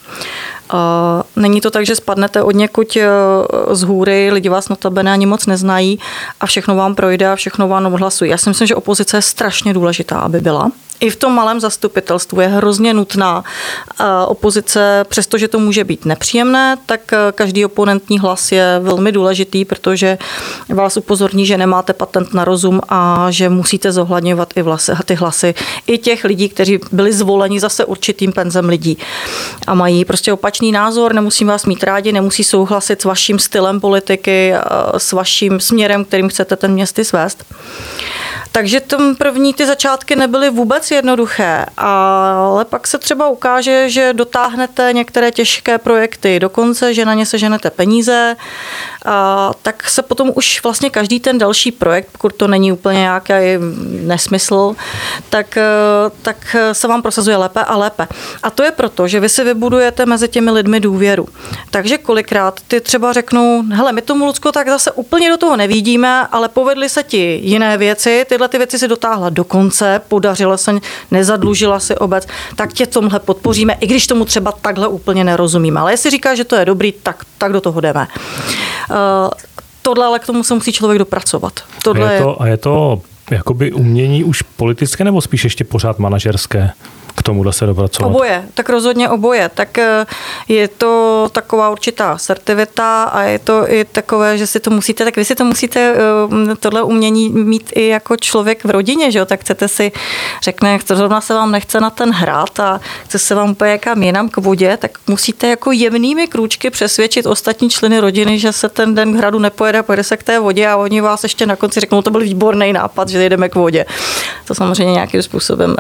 [SPEAKER 2] Není to tak, že spadnete od někud z hůry, lidi vás notabene ani moc neznají a všechno vám projde a všechno vám odhlasují. Já si myslím, že opozice je strašně důležitá, aby byla. I v tom malém zastupitelstvu je hrozně nutná opozice, přestože to může být nepříjemné, tak každý oponentní hlas je velmi důležitý, protože vás upozorní, že nemáte patent na rozum a že musíte zohledňovat i vlasy, ty hlasy i těch lidí, kteří byli zvoleni zase určitým penzem lidí a mají prostě opačný názor, nemusí vás mít rádi, nemusí souhlasit s vaším stylem politiky, s vaším směrem, kterým chcete ten městy svést. Takže tom první ty začátky nebyly vůbec jednoduché, ale pak se třeba ukáže, že dotáhnete některé těžké projekty do konce, že na ně seženete peníze, a tak se potom už vlastně každý ten další projekt, pokud to není úplně nějaký nesmysl, tak, tak se vám prosazuje lépe a lépe. A to je proto, že vy si vybudujete mezi těmi lidmi důvěru. Takže kolikrát ty třeba řeknou, hele, my tomu Lucko tak zase úplně do toho nevidíme, ale povedly se ti jiné věci, tyhle ty věci si dotáhla do konce, podařilo se, nezadlužila si obec, tak tě tomhle podpoříme, i když tomu třeba takhle úplně nerozumíme. Ale jestli říká, že to je dobrý, tak, tak do toho jdeme. Uh, tohle ale k tomu se musí člověk dopracovat. Tohle
[SPEAKER 1] a je to, a je to jakoby umění už politické nebo spíš ještě pořád manažerské? k tomuhle se dopracovat?
[SPEAKER 2] Oboje, tak rozhodně oboje. Tak je to taková určitá asertivita a je to i takové, že si to musíte, tak vy si to musíte tohle umění mít i jako člověk v rodině, že jo, tak chcete si, řekne, zrovna se vám nechce na ten hrad a chce se vám úplně jakam jinam k vodě, tak musíte jako jemnými krůčky přesvědčit ostatní členy rodiny, že se ten den k hradu nepojede, pojede se k té vodě a oni vás ještě na konci řeknou, to byl výborný nápad, že jdeme k vodě. To samozřejmě nějakým způsobem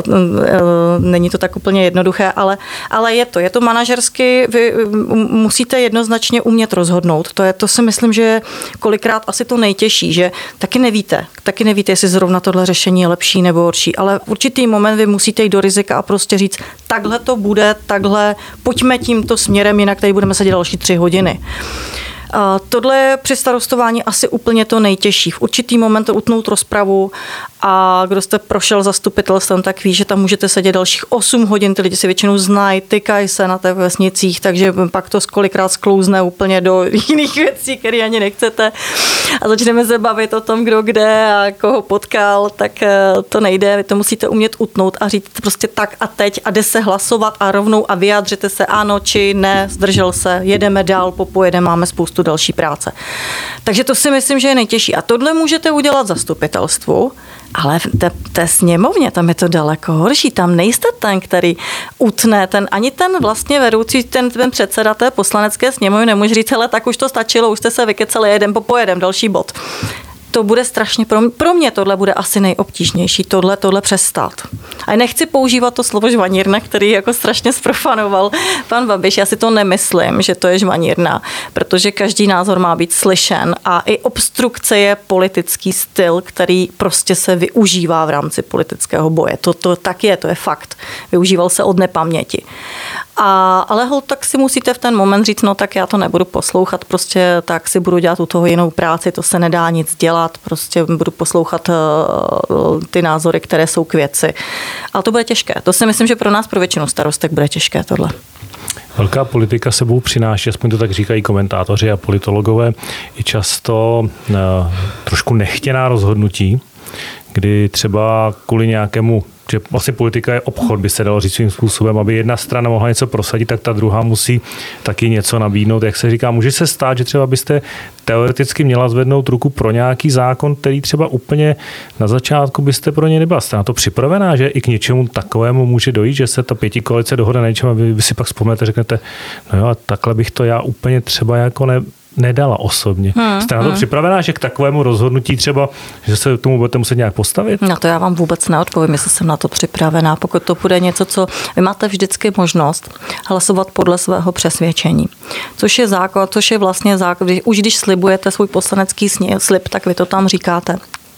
[SPEAKER 2] není to tak úplně jednoduché, ale, ale je to. Je to manažersky, vy musíte jednoznačně umět rozhodnout. To je, to si myslím, že je kolikrát asi to nejtěžší, že taky nevíte, taky nevíte, jestli zrovna tohle řešení je lepší nebo horší, ale v určitý moment vy musíte jít do rizika a prostě říct, takhle to bude, takhle, pojďme tímto směrem, jinak tady budeme sedět další tři hodiny. Tohle je při starostování asi úplně to nejtěžší. V určitý moment utnout rozpravu a kdo jste prošel zastupitelstvem, tak ví, že tam můžete sedět dalších osm hodin, ty lidi se většinou znají, tykají se na těch vesnicích, takže pak to kolikrát sklouzne úplně do jiných věcí, které ani nechcete a začneme se bavit o tom, kdo kde a koho potkal, tak to nejde, vy to musíte umět utnout a říct prostě tak a teď a jde se hlasovat a rovnou a vyjádřete se ano či ne, zdržel se, jedeme dál, popojedeme, máme spoustu další práce. Takže to si myslím, že je nejtěžší. A tohle můžete udělat zastupitelstvu, ale v té, té sněmovně tam je to daleko horší. Tam nejste ten, který utne, ten, ani ten vlastně vedoucí, ten, ten předseda té poslanecké sněmovny nemůže říct, hele, tak už to stačilo, už jste se vykeceli, jedem, popojedem, další bod. To bude strašně, pro mě, pro mě tohle bude asi nejobtížnější, tohle, tohle přestát. A nechci používat to slovo žvanírna, který jako strašně sprofanoval pan Babiš. Já si to nemyslím, že to je žvanírna, protože každý názor má být slyšen a i obstrukce je politický styl, který prostě se využívá v rámci politického boje. To, to tak je, to je fakt. Využíval se od nepaměti. A, ale hol, tak si musíte v ten moment říct, no tak já to nebudu poslouchat, prostě tak si budu dělat u toho jinou práci, to se nedá nic dělat, prostě budu poslouchat uh, ty názory, které jsou k věci. Ale to bude těžké. To si myslím, že pro nás, pro většinu starostek bude těžké tohle.
[SPEAKER 1] Velká politika sebou přináší, aspoň to tak říkají komentátoři a politologové, i často uh, trošku nechtěná rozhodnutí, kdy třeba kvůli nějakému, že vlastně politika je obchod, by se dalo říct svým způsobem, aby jedna strana mohla něco prosadit, tak ta druhá musí taky něco nabídnout. Jak se říká, může se stát, že třeba byste teoreticky měla zvednout ruku pro nějaký zákon, který třeba úplně na začátku byste pro ně nebyla strana to připravená, že i k něčemu takovému může dojít, že se ta pětikoalice dohodne na něčem a vy, vy si pak vzpomenete, řeknete, no jo, takhle bych to já úplně třeba jako ne, nedala osobně. Hmm, Jste na to hmm. připravená, že k takovému rozhodnutí třeba, že se tomu budete muset nějak postavit?
[SPEAKER 2] Na to já vám vůbec neodpovím, jestli jsem na to připravená. Pokud to bude něco, co vy máte vždycky možnost hlasovat podle svého přesvědčení. Což je základ, což je vlastně základ. Už když slibujete svůj poslanecký slib, tak vy to tam říkáte.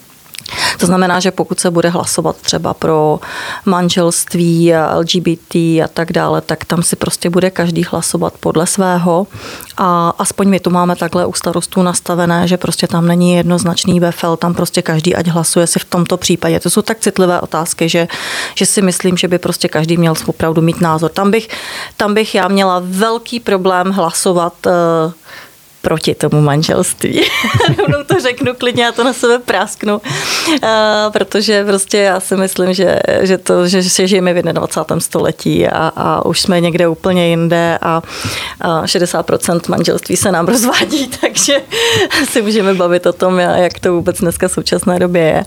[SPEAKER 2] To znamená, že pokud se bude hlasovat třeba pro manželství, L G B T a tak dále, tak tam si prostě bude každý hlasovat podle svého. A aspoň my tu máme takhle u starostů nastavené, že prostě tam není jednoznačný befel, tam prostě každý ať hlasuje si v tomto případě. To jsou tak citlivé otázky, že, že si myslím, že by prostě každý měl opravdu mít názor. Tam bych, tam bych já měla velký problém hlasovat proti tomu manželství. Rovnou to řeknu klidně, já to na sebe prásknu, protože prostě já si myslím, že, že, to, že, že žijeme v dvacátém prvním století a, a už jsme někde úplně jinde a, a šedesát procent manželství se nám rozvádí, takže si můžeme bavit o tom, jak to vůbec dneska v současné době je.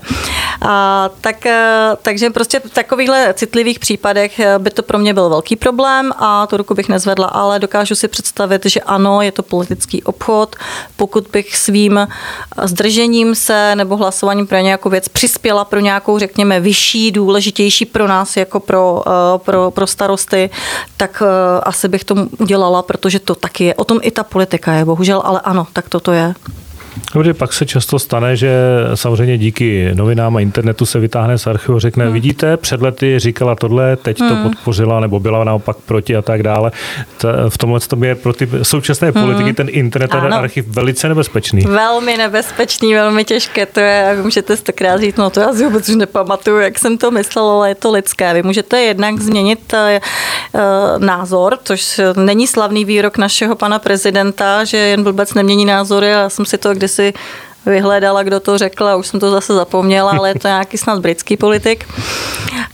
[SPEAKER 2] A tak, takže prostě v takovýchhle citlivých případech by to pro mě byl velký problém a tu ruku bych nezvedla, ale dokážu si představit, že ano, je to politický obchod. Pokud bych svým zdržením se nebo hlasováním pro nějakou věc přispěla pro nějakou, řekněme, vyšší, důležitější pro nás jako pro, pro, pro starosty, tak asi bych to udělala, protože to taky je. O tom i ta politika je, bohužel, ale ano, tak toto je.
[SPEAKER 1] Dobře, pak se často stane, že samozřejmě díky novinám a internetu se vytáhne z archivu, řekne, hmm. vidíte, před lety říkala tohle, teď hmm. to podpořila, nebo byla naopak proti a tak dále. V tomhle tom je pro ty současné hmm. politiky ten internet a ten archiv velice nebezpečný. Velmi nebezpečný, velmi těžké. To je, můžete stokrát říct, no to já si vůbec už nepamatuju, jak jsem to myslela, ale je to lidské. Vy můžete jednak změnit uh, názor, což není slavný výrok našeho pana prezidenta, že jen blbec nemění názory, a já jsem si to kdysi vyhledala, kdo to řekl, a už jsem to zase zapomněla, ale je to nějaký snad britský politik.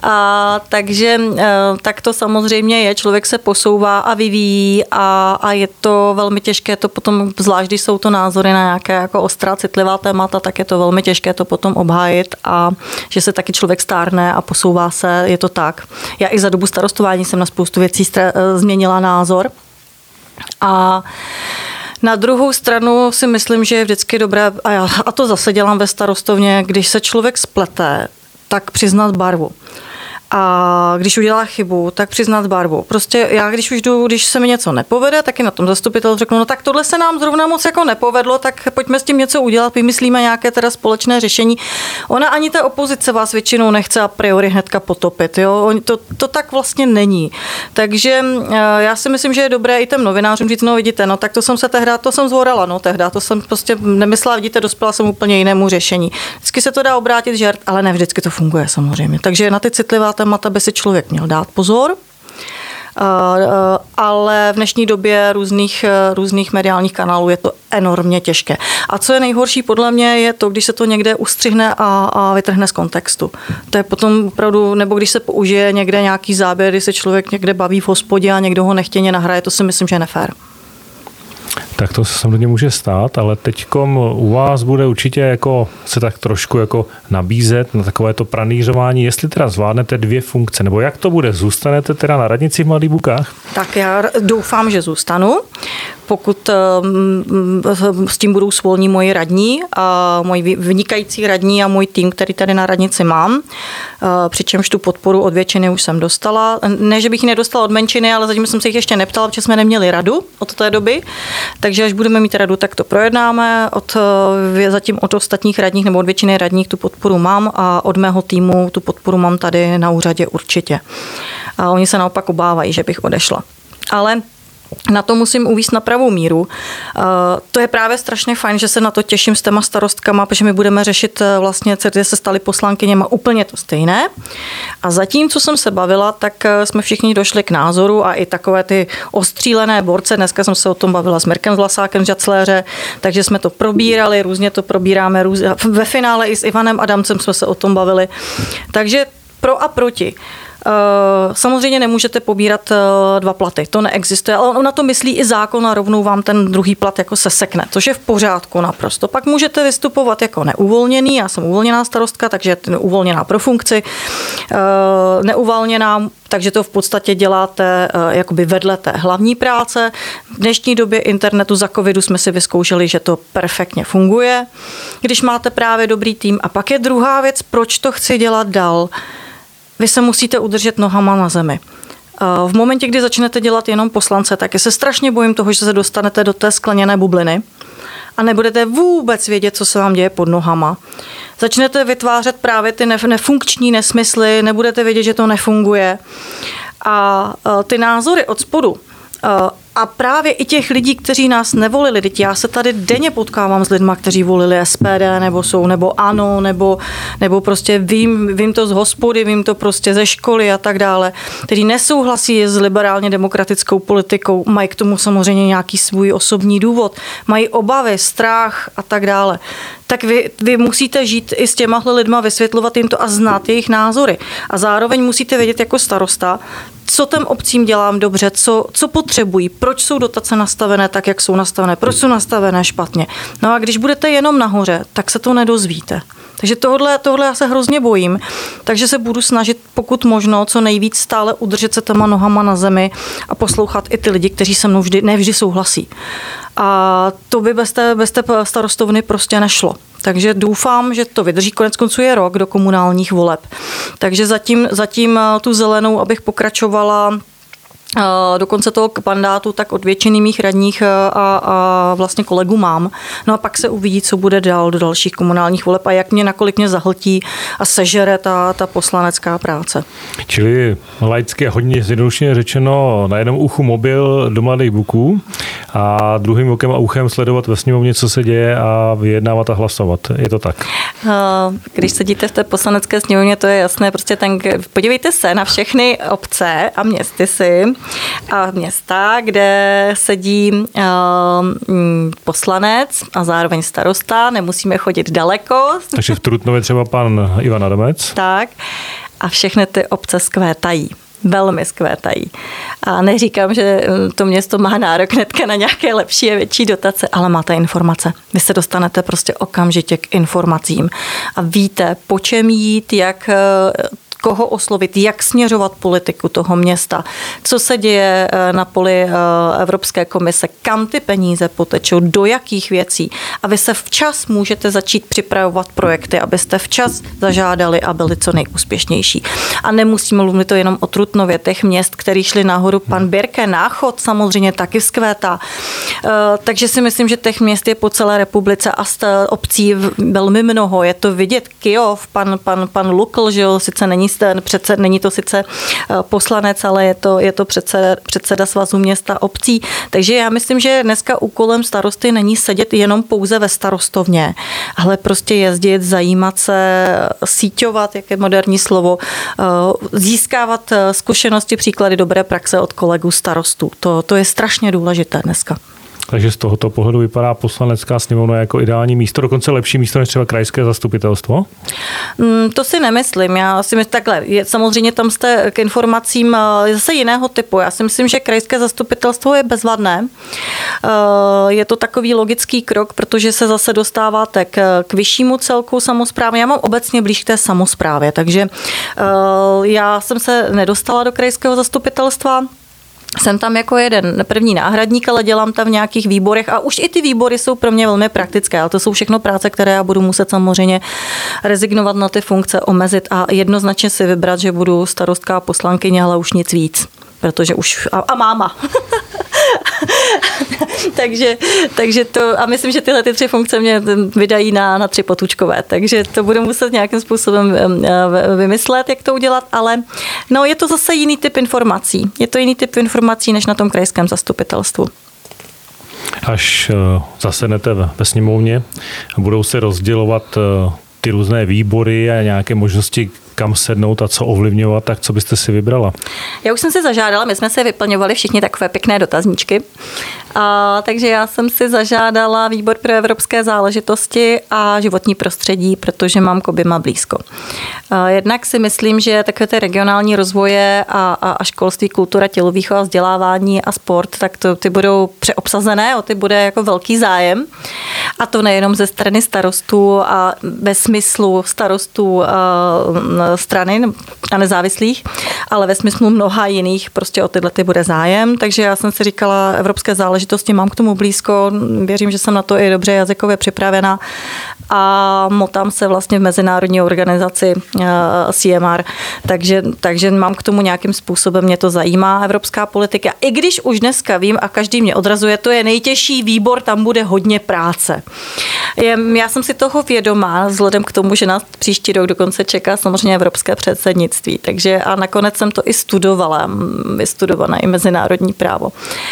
[SPEAKER 2] A, takže tak to samozřejmě je, člověk se posouvá a vyvíjí a, a je to velmi těžké to potom, zvlášť když jsou to názory na nějaké jako ostrá, citlivá témata, tak je to velmi těžké to potom obhájit a že se taky člověk stárne a posouvá se, je to tak. Já i za dobu starostování jsem na spoustu věcí změnila názor a na druhou stranu si myslím, že je vždycky dobré, a, já, a to zase dělám ve starostovně, když se člověk splete, tak přiznat barvu. A když udělá chybu, tak přiznat barvu. Prostě já, když už jdu, když se mi něco nepovede, tak i na tom zastupitel řeknu, no tak tohle se nám zrovna moc jako nepovedlo, tak pojďme s tím něco udělat, vymyslíme nějaké teda společné řešení. Ona ani ta opozice vás většinou nechce a priori hnedka potopit, jo? To, to tak vlastně není. Takže já si myslím, že je dobré i těm novinářům říct, no vidíte, no tak to jsem se tehda, to jsem zvorala, no tehda, to jsem prostě nemyslela, vidíte, dospěla jsem úplně jinému řešení. Vždycky se to dá obrátit žert, ale ne vždycky to funguje samozřejmě. Takže na ty citlivá témata by si člověk měl dát pozor, ale v dnešní době různých, různých mediálních kanálů je to enormně těžké. A co je nejhorší podle mě je to, když se to někde ustřihne a, a vytrhne z kontextu. To je potom opravdu, nebo když se použije někde nějaký záběr, kdy se člověk někde baví v hospodě a někdo ho nechtěně nahraje, to si myslím, že je nefér.
[SPEAKER 1] Tak to se samozřejmě může stát, ale teďkom u vás bude určitě jako se tak trošku jako nabízet na takové to pranířování, jestli teda zvládnete dvě funkce, nebo jak to bude? Zůstanete teda na radnici v Mladých Bukách?
[SPEAKER 2] Tak já doufám, že zůstanu. Pokud s tím budou svolní moji radní, a moji vynikající radní a můj tým, který tady na radnici mám, přičemž tu podporu od většiny už jsem dostala. Ne, že bych ji nedostala od menšiny, ale zatím jsem se jich ještě neptala, protože jsme neměli radu od té doby. Takže až budeme mít radu, tak to projednáme. Od, zatím od ostatních radních nebo od většiny radních tu podporu mám a od mého týmu tu podporu mám tady na úřadě určitě. A oni se naopak obávají, že bych odešla. Ale na to musím uvést na pravou míru. To je právě strašně fajn, že se na to těším s těma starostkama, protože my budeme řešit vlastně, kde se staly poslankyněma úplně to stejné. A zatím, co jsem se bavila, tak jsme všichni došli k názoru a i takové ty ostřílené borce. Dneska jsem se o tom bavila s Mirkem Vlasákem z Žacléře, takže jsme to probírali, různě to probíráme. Různě. Ve finále i s Ivanem Adamcem jsme se o tom bavili. Takže pro a proti. Samozřejmě nemůžete pobírat dva platy, to neexistuje, ale on na to myslí i zákon a rovnou vám ten druhý plat jako sesekne, což je v pořádku naprosto. Pak můžete vystupovat jako neuvolněný, já jsem uvolněná starostka, takže uvolněná pro funkci, neuvolněná, takže to v podstatě děláte jakoby vedle té hlavní práce. V dnešní době internetu za covidu jsme si vyzkoušeli, že to perfektně funguje, když máte právě dobrý tým. A pak je druhá věc, proč to chci dělat dál. Vy se musíte udržet nohama na zemi. V momentě, kdy začnete dělat jenom poslance, tak se strašně bojím toho, že se dostanete do té skleněné bubliny a nebudete vůbec vědět, co se vám děje pod nohama. Začnete vytvářet právě ty nefunkční nesmysly, nebudete vědět, že to nefunguje. A ty názory od spodu a právě i těch lidí, kteří nás nevolili, teď já se tady denně potkávám s lidma, kteří volili S P D, nebo jsou, nebo ANO, nebo, nebo prostě vím, vím to z hospody, vím to prostě ze školy a tak dále, kteří nesouhlasí s liberálně demokratickou politikou, mají k tomu samozřejmě nějaký svůj osobní důvod, mají obavy, strach a tak dále. Tak vy, vy musíte žít i s těmahle lidma, vysvětlovat jim to a znát jejich názory. A zároveň musíte vědět jako starosta, co těm obcím dělám dobře, co, co potřebují, proč jsou dotace nastavené tak, jak jsou nastavené, proč jsou nastavené špatně. No a když budete jenom nahoře, tak se to nedozvíte. Takže tohle, tohle já se hrozně bojím, takže se budu snažit pokud možno co nejvíc stále udržet se těma nohama na zemi a poslouchat i ty lidi, kteří se mnou vždy, nevždy souhlasí. A to by bez té, bez té starostovny prostě nešlo. Takže doufám, že to vydrží. Konec konců je rok do komunálních voleb. Takže zatím, zatím tu zelenou, abych pokračovala do konce toho mandátu, tak od většiny mých radních a, a vlastně kolegů mám. No a pak se uvidí, co bude dál do dalších komunálních voleb a jak mě, nakolik mě zahltí a sežere ta, ta poslanecká práce.
[SPEAKER 1] Čili laicky hodně zjednodušeně řečeno na jednom uchu mobil do Mladých Buků a druhým okem a uchem sledovat ve sněmovně, co se děje a vyjednávat a hlasovat. Je to tak?
[SPEAKER 2] Když sedíte v té poslanecké sněmovně, to je jasné. Prostě ten, podívejte se na všechny obce a městy si a města, kde sedí uh, poslanec a zároveň starosta, nemusíme chodit daleko.
[SPEAKER 1] Takže v Trutnově třeba pan Ivan Adamec.
[SPEAKER 2] Tak. a všechny ty obce skvétají. Velmi skvétají. A neříkám, že to město má nárok hnedka na nějaké lepší a větší dotace, ale máte informace. Vy se dostanete prostě okamžitě k informacím a víte, po čem jít, jak koho oslovit, jak směřovat politiku toho města, co se děje na poli Evropské komise, kam ty peníze potečou, do jakých věcí. A vy se včas můžete začít připravovat projekty, abyste včas zažádali a byli co nejúspěšnější. A nemusíme mluvit to jenom o Trutnově, těch měst, který šli nahoru, pan Birke, Náchod samozřejmě taky vzkvétá. Takže si myslím, že těch měst je po celé republice a obcí velmi mnoho. Je to vidět. Kyjov, pan, pan, pan Lukl, že jo, sice není Předsed, není to sice poslanec, ale je to, je to předseda, předseda Svazu měst a obcí. Takže já myslím, že dneska úkolem starosty není sedět jenom pouze ve starostovně, ale prostě jezdit, zajímat se, síťovat, jak je moderní slovo, získávat zkušenosti, příklady dobré praxe od kolegů starostů. To, to je strašně důležité dneska.
[SPEAKER 1] Takže z tohoto pohledu vypadá poslanecká sněmovna jako ideální místo, dokonce lepší místo než třeba krajské zastupitelstvo?
[SPEAKER 2] Mm, to si nemyslím. Já si myslím takhle. Je, samozřejmě tam jste k informacím zase jiného typu. Já si myslím, že krajské zastupitelstvo je bezvadné. Je to takový logický krok, protože se zase dostáváte k, k vyššímu celku samosprávy. Já mám obecně blíž k té samosprávě, takže já jsem se nedostala do krajského zastupitelstva. Jsem tam jako jeden první náhradník, ale dělám tam v nějakých výborech a už i ty výbory jsou pro mě velmi praktické, ale to jsou všechno práce, které já budu muset samozřejmě rezignovat na ty funkce, omezit a jednoznačně si vybrat, že budu starostka a poslankyně, ale už nic víc, protože už a, a máma. takže, takže to, a myslím, že tyhle ty tři funkce mě vydají na, na tři potůčkové, takže to budu muset nějakým způsobem vymyslet, jak to udělat, ale no, je to zase jiný typ informací. Je to jiný typ informací, než na tom krajském zastupitelstvu.
[SPEAKER 1] Až zasednete ve sněmovně a budou se rozdělovat ty různé výbory a nějaké možnosti, kam sednout a co ovlivňovat, tak co byste si vybrala?
[SPEAKER 2] Já už jsem si zažádala, my jsme si vyplňovali všichni takové pěkné dotazníčky, a, takže já jsem si zažádala výbor pro evropské záležitosti a životní prostředí, protože mám k oběma blízko. A jednak si myslím, že takové ty regionální rozvoje a, a, a školství, kultura, tělovýchova, vzdělávání a sport, tak to, ty budou přeobsazené, o ty bude jako velký zájem. A to nejenom ze strany starostů a ve smyslu starostů a, strany a nezávislých, ale ve smyslu mnoha jiných prostě o tyhle ty bude zájem, takže já jsem si říkala, evropské záležitosti mám k tomu blízko, věřím, že jsem na to i dobře jazykově připravena a motám se vlastně v mezinárodní organizaci C M R, takže, takže mám k tomu nějakým způsobem, mě to zajímá evropská politika. I když už dneska vím a každý mě odrazuje, to je nejtěžší výbor, tam bude hodně práce. Já jsem si toho vědomá, vzhledem k tomu, že nás příští rok dokonce čeká samozřejmě evropské předsednictví, takže a nakonec jsem to i studovala, vystudované i mezinárodní právo.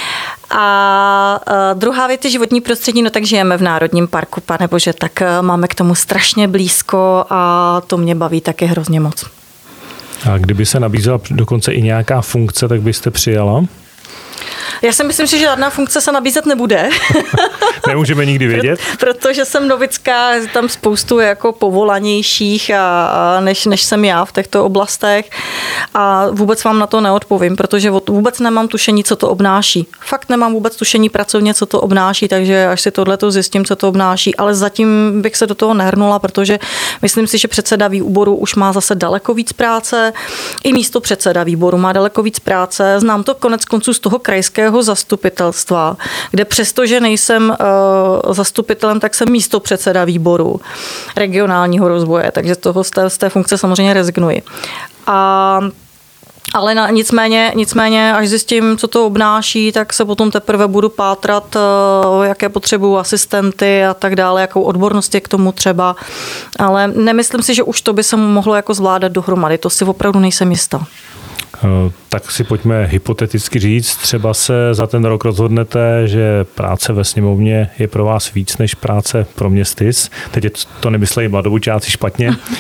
[SPEAKER 2] A druhá věc je životní prostředí, no tak žijeme v Národním parku, pane bože, tak máme k tomu strašně blízko a to mě baví taky hrozně moc.
[SPEAKER 1] A kdyby se nabízela dokonce i nějaká funkce, tak byste přijala?
[SPEAKER 2] Já si myslím, že žádná funkce se nabízet nebude.
[SPEAKER 1] Nemůžeme nikdy vědět.
[SPEAKER 2] Protože jsem novická, tam spoustu jako povolanějších a, a než, než jsem já v těchto oblastech a vůbec vám na to neodpovím, protože vůbec nemám tušení, co to obnáší. Fakt nemám vůbec tušení pracovně, co to obnáší, takže až si tohleto zjistím, co to obnáší, ale zatím bych se do toho nehrnula, protože myslím si, že předseda výboru už má zase daleko víc práce, i místo předseda výboru má daleko víc práce. Znám to konec konců z toho krajského zastupitelstva, kde přestože nejsem uh, zastupitelem, tak jsem místopředseda výboru regionálního rozvoje, takže toho z té, z té funkce samozřejmě rezignuji. A ale na, nicméně, nicméně, až zjistím, co to obnáší, tak se potom teprve budu pátrat, jaké potřebuju asistenty a tak dále, jakou odbornost je k tomu třeba. Ale nemyslím si, že už to by se mohlo jako zvládat dohromady. To si opravdu nejsem jistá.
[SPEAKER 1] Tak si pojďme hypoteticky říct, třeba se za ten rok rozhodnete, že práce ve sněmovně je pro vás víc než práce pro městys. Teď je to nemyslejí mladobučáci špatně.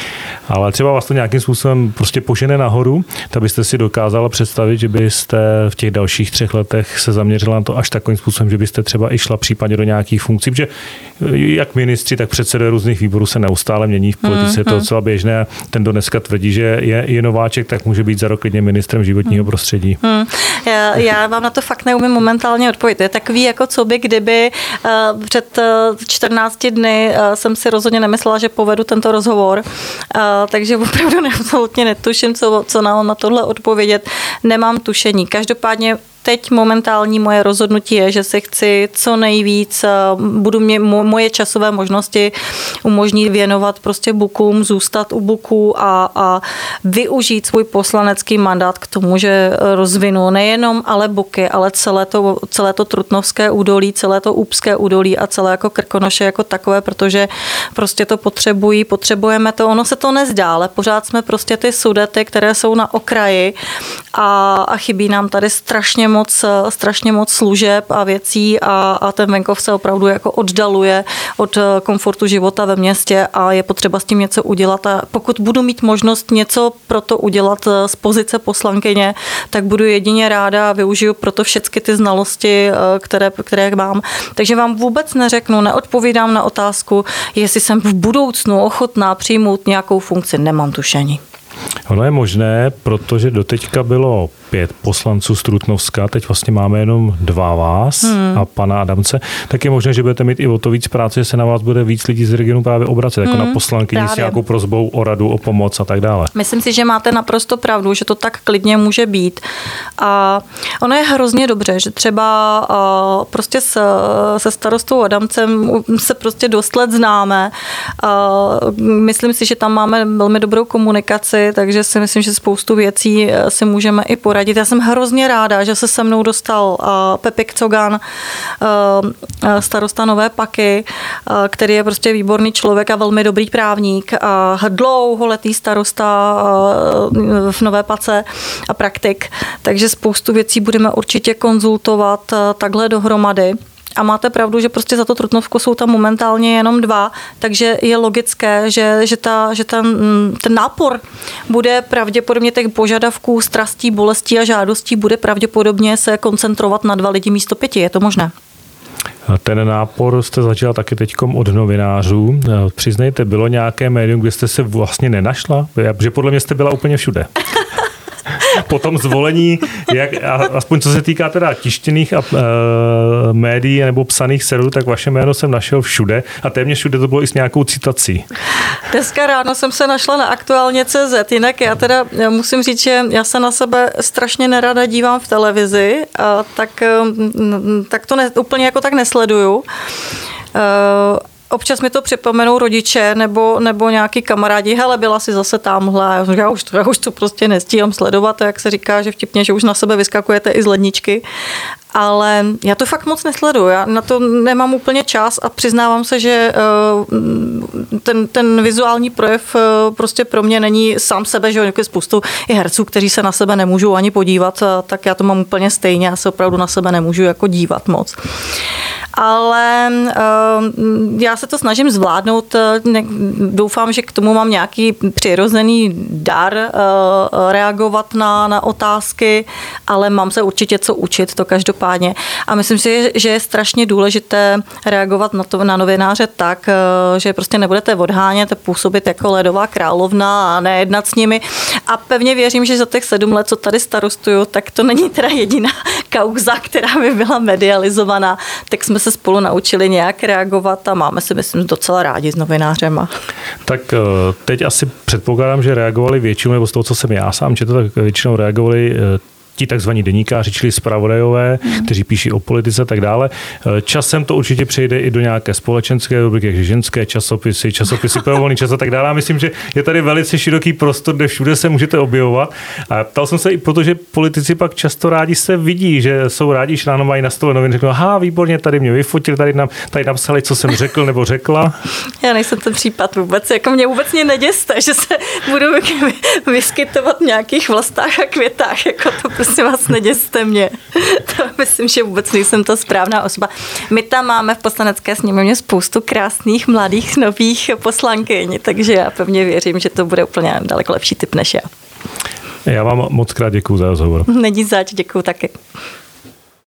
[SPEAKER 1] ale třeba vás to nějakým způsobem prostě požene nahoru, tak byste si dokázala představit, že byste v těch dalších třech letech se zaměřila na to až takovým způsobem, že byste třeba i šla případně do nějakých funkcí, protože jak ministři, tak předsedové různých výborů se neustále mění v politice, je to docela běžné. Ten, kdo dneska tvrdí, že je, je nováček, tak může být za rok klidně ministrem životního prostředí.
[SPEAKER 2] Hmm. Já, já vám na to fakt neumím momentálně odpovědět. Je takový, jako co by, kdyby uh, před uh, čtrnácti dny uh, jsem si rozhodně nemyslela, že povedu tento rozhovor, uh, takže opravdu absolutně netuším, co, co na, na tohle odpovědět. Nemám tušení. Každopádně teď momentální moje rozhodnutí je, že si chci co nejvíc, budu mě, moje časové možnosti umožní věnovat prostě bookům, zůstat u booků a, a využít svůj poslanecký mandát k tomu, že rozvinu nejenom ale booky, ale celé to, celé to Trutnovské údolí, celé to Úpské údolí a celé jako Krkonoše jako takové, protože prostě to potřebují, potřebujeme to, ono se to nezdá, ale pořád jsme prostě ty Sudety, které jsou na okraji a, a chybí nám tady strašně moc, strašně moc služeb a věcí a, a ten venkov se opravdu jako oddaluje od komfortu života ve městě a je potřeba s tím něco udělat a pokud budu mít možnost něco pro to udělat z pozice poslankyně, tak budu jedině ráda a využiju proto všechny ty znalosti, které, které mám. Takže vám vůbec neřeknu, neodpovídám na otázku, jestli jsem v budoucnu ochotná přijmout nějakou funkci, nemám tušení.
[SPEAKER 1] Ono je možné, protože doteďka bylo pět poslanců z Trutnovska, teď vlastně máme jenom dva vás hmm. a pana Adamce, tak je možné, že budete mít i o to víc práce, že se na vás bude víc lidí z regionu právě obracet, jako hmm. na poslankyni s nějakou prosbou o radu, o pomoc a tak dále.
[SPEAKER 2] Myslím si, že máte naprosto pravdu, že to tak klidně může být. A ono je hrozně dobře, že třeba prostě se, se starostou Adamcem se prostě dost let známe. Myslím si, že tam máme velmi dobrou komunikaci, takže si myslím, že spoustu věcí si můžeme i poradit. Já jsem hrozně ráda, že se se mnou dostal Pepik Cogan, starosta Nové Paky, který je prostě výborný člověk a velmi dobrý právník. Dlouholetý starosta v Nové Pace a praktik. Takže spoustu věcí budeme určitě konzultovat takhle dohromady. A máte pravdu, že prostě za to Trutnovsko jsou tam momentálně jenom dva, takže je logické, že, že, ta, že ten, ten nápor bude pravděpodobně těch požadavků, strastí, bolestí a žádostí bude pravděpodobně se koncentrovat na dva lidi místo pěti. Je to možné?
[SPEAKER 1] Ten nápor jste začala taky teďkom od novinářů. Přiznejte, bylo nějaké médium, kde jste se vlastně nenašla? Protože podle mě jste byla úplně všude. Po tom zvolení, jak, aspoň co se týká teda tištěných a, e, médií nebo psaných serverů, tak vaše jméno jsem našel všude a téměř všude to bylo i s nějakou citací.
[SPEAKER 2] Dneska ráno jsem se našla na aktuálně tečka cé zet, jinak já teda já musím říct, že já se na sebe strašně nerada dívám v televizi, a tak, tak to ne, úplně jako tak nesleduju. E, Občas mi to připomenou rodiče nebo, nebo nějaký kamarádi, hele, byla si zase tamhle. Já už, to, já už to prostě nestíhám sledovat, jak se říká, že vtipně, že už na sebe vyskakujete i z ledničky. Ale já to fakt moc nesleduju, já na to nemám úplně čas a přiznávám se, že ten, ten vizuální projev prostě pro mě není sám sebe, že je spoustu i herců, kteří se na sebe nemůžou ani podívat, tak já to mám úplně stejně, já se opravdu na sebe nemůžu jako dívat moc. Ale já se to snažím zvládnout, doufám, že k tomu mám nějaký přirozený dar reagovat na, na otázky, ale mám se určitě co učit, to každopádně. A myslím si, že je strašně důležité reagovat na to na novináře tak, že prostě nebudete odhánět, působit jako ledová královna a nejednat s nimi. A pevně věřím, že za těch sedm let, co tady starostuju, tak to není teda jediná kauza, která by byla medializovaná. Tak jsme se spolu naučili nějak reagovat a máme se, myslím, docela rádi s novinářema.
[SPEAKER 1] Tak teď asi předpokládám, že reagovali většinou, nebo z toho, co jsem já sám četl, tak většinou reagovali ti takzvaní deníkáři, čili zpravodajové, hmm. kteří píší o politice a tak dále. Časem to určitě přejde i do nějaké společenské rubriky, jak ženské časopisy, časopisy pro volný čas a tak dále. A myslím, že je tady velice široký prostor, kde všude se můžete objevovat. A ptal jsem se i proto, že politici pak často rádi se vidí, že jsou rádi, že ráno mají na stole noviny, řeknou, aha, výborně, tady mě vyfotili, tady, nám, tady napsali, co jsem řekl nebo řekla.
[SPEAKER 2] Já nejsem ten případ vůbec, jako mě vůbec mě neděste, že se budu vyskytovat v nějakých vlastách a květách, jako to prostě prosím vás, neděste mě. To myslím, že vůbec nejsem ta správná osoba. My tam máme v Poslanecké sněmovně spoustu krásných, mladých, nových poslankyň, takže já pevně věřím, že to bude úplně daleko lepší typ než já.
[SPEAKER 1] Já vám moc krát děkuju za rozhovor.
[SPEAKER 2] Není zač, děkuju taky.